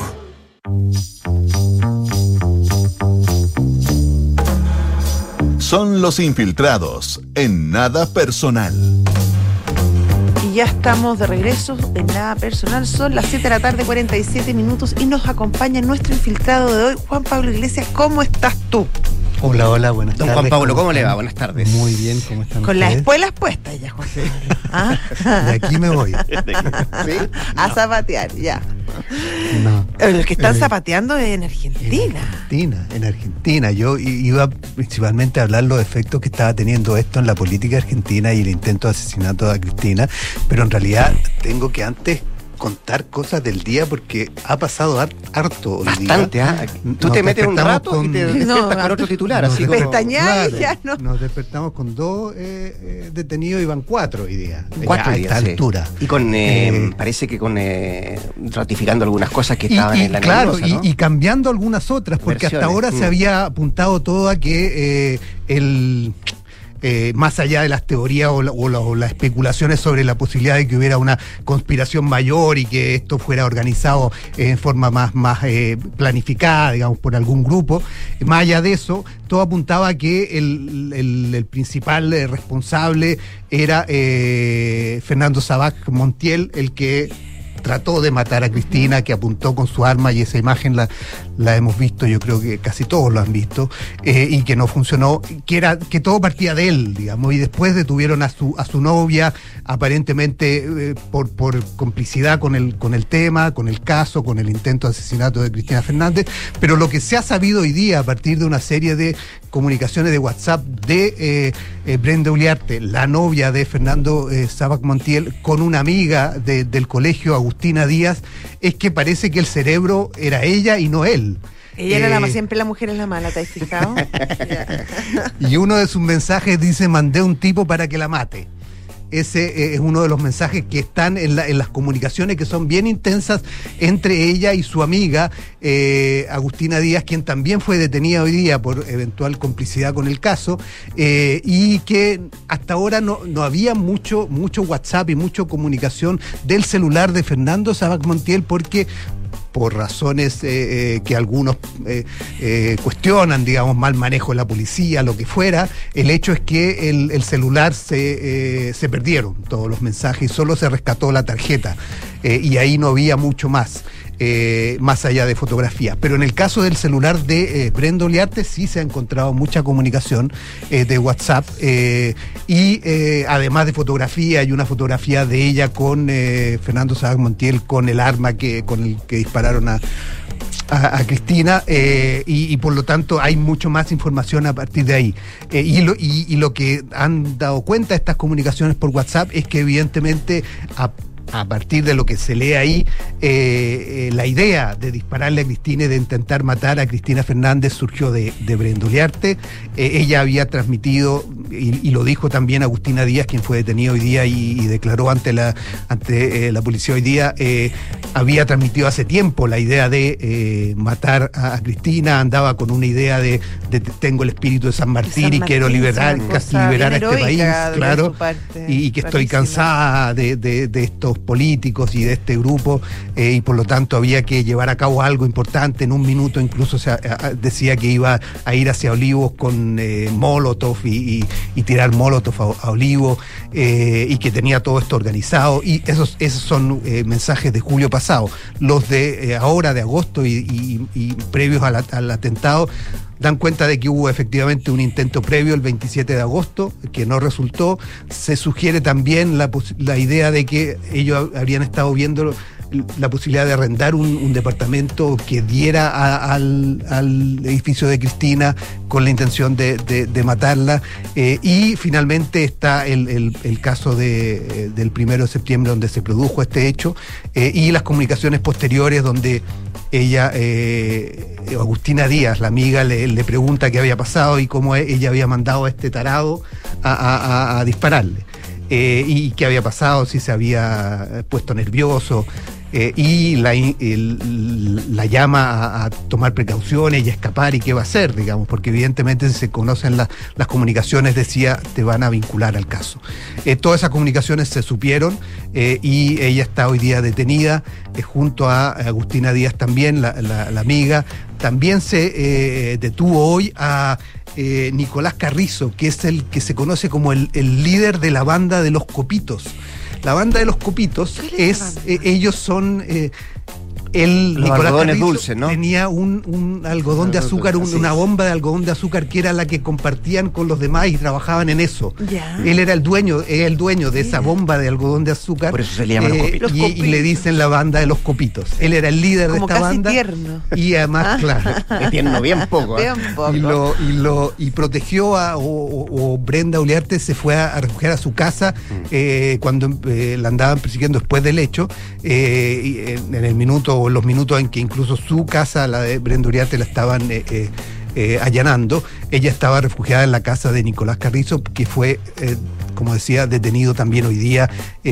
Son los infiltrados en Nada Personal. Y ya estamos de regreso en Nada Personal. Son las 7 de la tarde, 47 minutos, y nos acompaña nuestro infiltrado de hoy, Juan Pablo Iglesias. ¿Cómo estás tú? Hola, buenas tardes. Don Juan Pablo, ¿cómo le va? Buenas tardes. Muy bien, ¿cómo están Con ustedes? las espuelas puestas ya, José. ¿Ah? De aquí me voy. ¿Sí? A zapatear, ya. No. Los que están zapateando en Argentina. En Argentina. Yo iba principalmente a hablar los efectos que estaba teniendo esto en la política argentina y el intento de asesinato de Cristina, pero en realidad tengo que antes contar cosas del día porque ha pasado harto hoy bastante, día. Tú te metes un rato y te despiertas con otro titular, así como pestañas y ya no. Nos despertamos con 2 detenidos y van 4 hoy día. 4 a esta altura. Y con parece que con ratificando algunas cosas que estaban en la claro, nebulosa, ¿no? y cambiando algunas otras, porque hasta ahora se había apuntado todo a que más allá de las teorías o las especulaciones sobre la posibilidad de que hubiera una conspiración mayor y que esto fuera organizado en forma más planificada, digamos, por algún grupo, más allá de eso, todo apuntaba a que el principal responsable era Fernando Sabac Montiel, el que trató de matar a Cristina, que apuntó con su arma, y esa imagen la hemos visto, yo creo que casi todos lo han visto, y que no funcionó, que todo partía de él, digamos, y después detuvieron a su novia, aparentemente por complicidad con el tema, con el caso, con el intento de asesinato de Cristina Fernández. Pero lo que se ha sabido hoy día, a partir de una serie de comunicaciones de WhatsApp de Brenda Uliarte, la novia de Fernando Sabac Montiel, con una amiga del colegio, Agustina Díaz, es que parece que el cerebro era ella y no él. Ella era siempre la mujer es la mala, ¿te has fijado? Y uno de sus mensajes dice: mandé un tipo para que la mate. Ese es uno de los mensajes que están en las comunicaciones, que son bien intensas entre ella y su amiga Agustina Díaz, quien también fue detenida hoy día por eventual complicidad con el caso, y que hasta ahora no había mucho WhatsApp y mucha comunicación del celular de Fernando Sabac Montiel, porque por razones que algunos cuestionan, digamos, mal manejo de la policía, lo que fuera. El hecho es que el celular se perdieron todos los mensajes y solo se rescató la tarjeta, y ahí no había mucho más allá de fotografía. Pero en el caso del celular de Brenda Oliarte sí se ha encontrado mucha comunicación de WhatsApp, y además de fotografía, hay una fotografía de ella con Fernando Sabac Montiel, con el arma con el que dispararon a Cristina, y por lo tanto hay mucho más información a partir de ahí. Y lo que han dado cuenta estas comunicaciones por WhatsApp es que evidentemente a partir de lo que se lee ahí, la idea de dispararle a Cristina y de intentar matar a Cristina Fernández surgió de Brenda Oliarte. Ella había transmitido, y lo dijo también Agustina Díaz, quien fue detenido hoy día y declaró ante la policía hoy día, había transmitido hace tiempo la idea de matar a Cristina. Andaba con una idea de tengo el espíritu de San Martín y quiero liberar a este país, claro, y que estoy cansada de estos políticos y de este grupo, y por lo tanto había que llevar a cabo algo importante. En un minuto incluso decía que iba a ir hacia Olivos con Molotov y tirar Molotov a Olivos, y que tenía todo esto organizado. Y esos son mensajes de julio pasado. Los de ahora, de agosto y previos al atentado, dan cuenta de que hubo efectivamente un intento previo el 27 de agosto que no resultó. Se sugiere también la idea de que ellos habrían estado viendo la posibilidad de arrendar un departamento que diera al edificio de Cristina con la intención de matarla, y finalmente está el caso del 1 de septiembre, donde se produjo este hecho, y las comunicaciones posteriores donde ella, Agustina Díaz, la amiga, le pregunta qué había pasado y cómo ella había mandado a este tarado a dispararle, y qué había pasado, si se había puesto nervioso, y la llama a tomar precauciones y a escapar, y qué va a hacer, digamos, porque evidentemente si se conocen las comunicaciones, decía, te van a vincular al caso. Todas esas comunicaciones se supieron, y ella está hoy día detenida, junto a Agustina Díaz también, la amiga. También se detuvo hoy a Nicolás Carrizo, que es el que se conoce como el líder de la banda de los Copitos. La banda de los Copitos ellos son... Nicolás Carrizo dulces, ¿no? Tenía un algodón de azúcar, una bomba de algodón de azúcar que era la que compartían con los demás y trabajaban en eso. Ya. Él era el dueño de esa bomba de algodón de azúcar. Por eso se le llaman los Copitos. Y le dicen la banda de los Copitos. Él era el líder de esta banda. Tierno. Y además, claro. De tierno, bien poco. Bien poco. Y protegió o Brenda Oliarte se fue a refugiar a su casa cuando la andaban persiguiendo después del hecho, en el minuto o los minutos en que incluso su casa, la de Brenda Oliarte, la estaban allanando. Ella estaba refugiada en la casa de Nicolás Carrizo, que fue, como decía, detenido también hoy día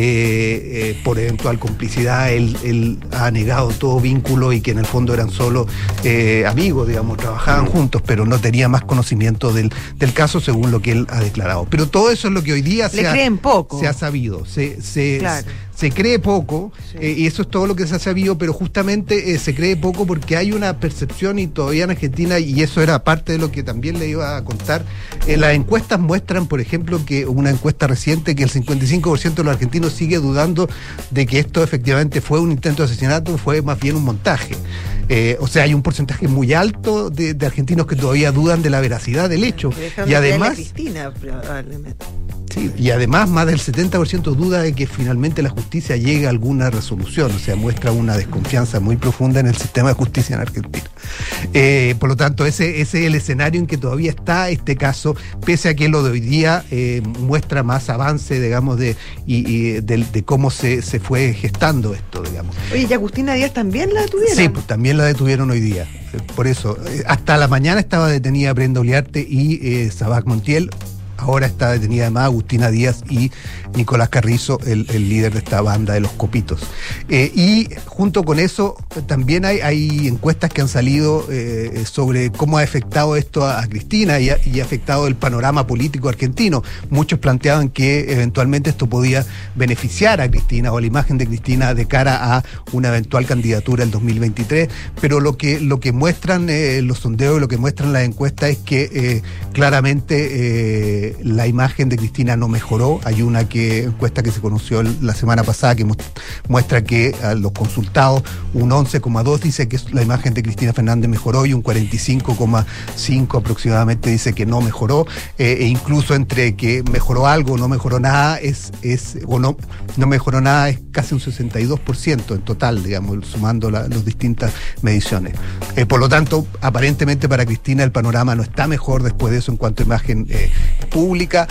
por eventual complicidad. Él ha negado todo vínculo y que en el fondo eran solo amigos, digamos, trabajaban juntos, pero no tenía más conocimiento del caso, según lo que él ha declarado. Pero todo eso es lo que hoy día se ha sabido. Se cree poco, y eso es todo lo que se ha sabido, pero justamente se cree poco porque hay una percepción, y todavía en Argentina, y eso era parte de lo que también le iba a contar, las encuestas muestran, por ejemplo, que una encuesta reciente, que el 55% de los argentinos sigue dudando de que esto efectivamente fue un intento de asesinato, fue más bien un montaje. O sea, hay un porcentaje muy alto de argentinos que todavía dudan de la veracidad del hecho. Y además, Cristina, probablemente. Sí, y además más del 70% duda de que finalmente la justicia llegue a alguna resolución. O sea, muestra una desconfianza muy profunda en el sistema de justicia en Argentina. Por lo tanto, ese es el escenario en que todavía está este caso, pese a que lo de hoy día muestra más avance, digamos, de cómo se fue gestando esto, digamos. Oye, ¿y Agustina Díaz también la detuvieron? Sí, pues también la detuvieron hoy día. Por eso, hasta la mañana estaba detenida Brenda Oliarte y Sabac Montiel. Ahora está detenida además Agustina Díaz y Nicolás Carrizo, el líder de esta banda de los Copitos. Y junto con eso también hay encuestas que han salido sobre cómo ha afectado esto a Cristina y ha afectado el panorama político argentino. Muchos planteaban que eventualmente esto podía beneficiar a Cristina o a la imagen de Cristina de cara a una eventual candidatura el 2023, pero lo que muestran los sondeos, lo que muestran las encuestas es que claramente la imagen de Cristina no mejoró. Hay una encuesta que se conoció la semana pasada que muestra que a los consultados un 11,2 dice que la imagen de Cristina Fernández mejoró y un 45,5 aproximadamente dice que no mejoró, e incluso entre que mejoró algo o no mejoró nada o no mejoró nada es casi un 62% en total, digamos, sumando las distintas mediciones. Por lo tanto, aparentemente para Cristina el panorama no está mejor después de eso en cuanto a imagen pública,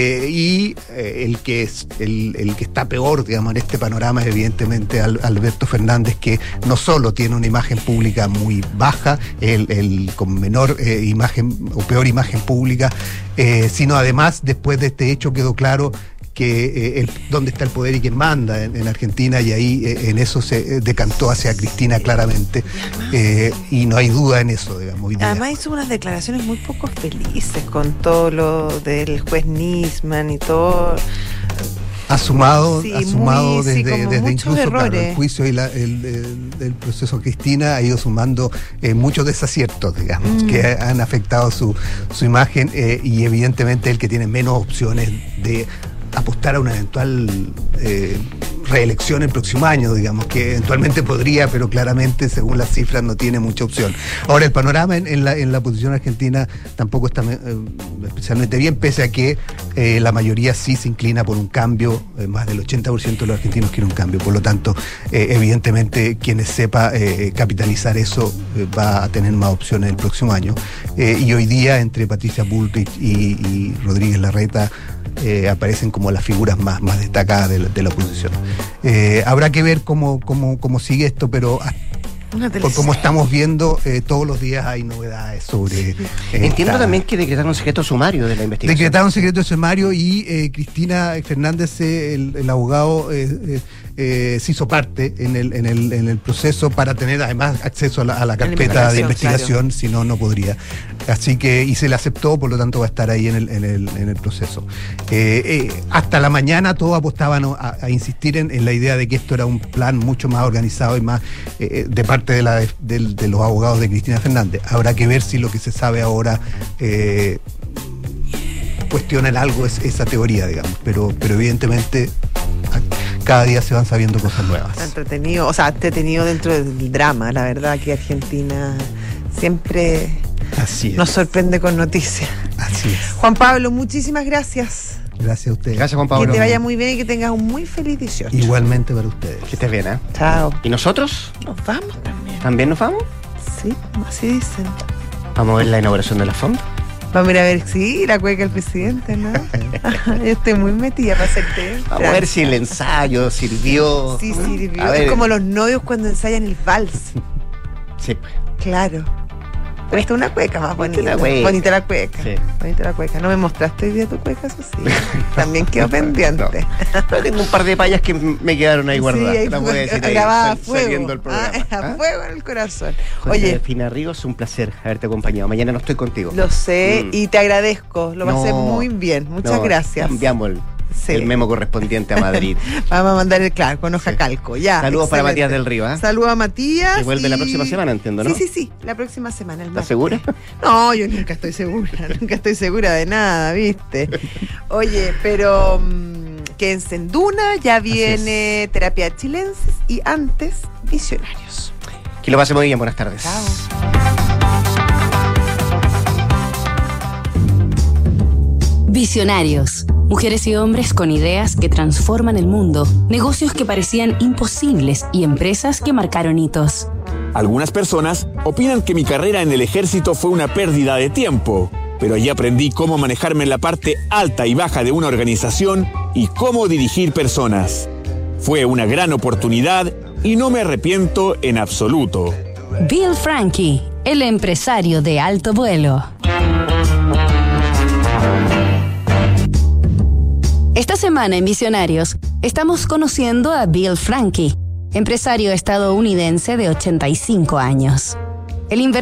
y el que está peor, digamos, en este panorama es evidentemente Alberto Fernández, que no solo tiene una imagen pública muy baja, el con menor imagen o peor imagen pública, sino además después de este hecho quedó claro que dónde está el poder y quién manda en Argentina, y ahí en eso se decantó hacia Cristina claramente, y no hay duda en eso, digamos. Además hizo unas declaraciones muy poco felices con todo lo del juez Nisman y todo. Ha sumado desde incluso claro, el juicio y el proceso Cristina ha ido sumando muchos desaciertos, digamos, que han afectado su imagen, y evidentemente el que tiene menos opciones de apostar a una eventual reelección el próximo año, digamos, que eventualmente podría, pero claramente según las cifras no tiene mucha opción. Ahora, el panorama en la posición argentina tampoco está especialmente bien, pese a que la mayoría sí se inclina por un cambio, más del 80% de los argentinos quiere un cambio. Por lo tanto, evidentemente quienes sepa capitalizar eso va a tener más opciones el próximo año. Y hoy día entre Patricia Bullrich y Rodríguez Larreta aparecen como las figuras más destacadas de la oposición. Habrá que ver cómo sigue esto, pero por como estamos viendo, todos los días hay novedades sobre... Entiendo también que decretaron secreto sumario de la investigación. Decretaron secreto sumario y Cristina Fernández, el abogado, se hizo parte en el proceso para tener además acceso a la carpeta de investigación, claro. Si no, no podría. Así que, y se le aceptó, por lo tanto va a estar ahí en el proceso. Hasta la mañana todos apostaban a insistir en la idea de que esto era un plan mucho más organizado y más de parte de los abogados de Cristina Fernández. Habrá que ver si lo que se sabe ahora cuestionan algo esa teoría, digamos, pero evidentemente cada día se van sabiendo cosas nuevas. Entretenido dentro del drama, la verdad que Argentina siempre nos sorprende con noticias. Así es. Juan Pablo, muchísimas gracias. Gracias a ustedes. Gracias, Juan Pablo. Que te vaya muy bien y que tengas un muy feliz 18. Igualmente para ustedes. Que estés bien, ¿eh? Chao. ¿Y nosotros? Nos vamos también. ¿También nos vamos? Sí, así dicen. ¿Vamos a ver la inauguración de la fonda? Vamos a ir a ver, sí, la cueca del presidente, ¿no? Yo estoy muy metida para hacerte. Vamos a ver si el ensayo sirvió. Sí, sirvió. Es como los novios cuando ensayan el vals. Sí. Claro. Pero esta es una cueca más bonita. Bonita la cueca. Sí. Bonita la cueca. No me mostraste hoy día tu cueca, eso sí. También quedó pendiente. No. Pero tengo un par de payas que me quedaron ahí guardadas. Sí, la voy a decir grabada ahí, a fuego. saliendo el programa. A fuego en el corazón. Oye, Fina Ríos, un placer haberte acompañado. Mañana no estoy contigo. Lo sé y te agradezco. Lo pasé muy bien. Muchas gracias. Cambiamos el memo correspondiente a Madrid. Vamos a mandar con hoja calco. Ya. Saludos para Matías del Río. Saludos a Matías. Que vuelve la próxima semana, entiendo, ¿no? Sí. La próxima semana. ¿Estás segura? No, yo nunca estoy segura. Nunca estoy segura de nada, ¿viste? Oye, pero quédense en Duna. Ya viene Terapia Chilensis y antes Visionarios. Que lo pase muy bien. Buenas tardes. Chao. Visionarios. Mujeres y hombres con ideas que transforman el mundo, negocios que parecían imposibles y empresas que marcaron hitos. Algunas personas opinan que mi carrera en el ejército fue una pérdida de tiempo, pero allí aprendí cómo manejarme en la parte alta y baja de una organización y cómo dirigir personas. Fue una gran oportunidad y no me arrepiento en absoluto. Bill Franke, el empresario de alto vuelo. Esta semana en Visionarios estamos conociendo a Bill Franke, empresario estadounidense de 85 años. El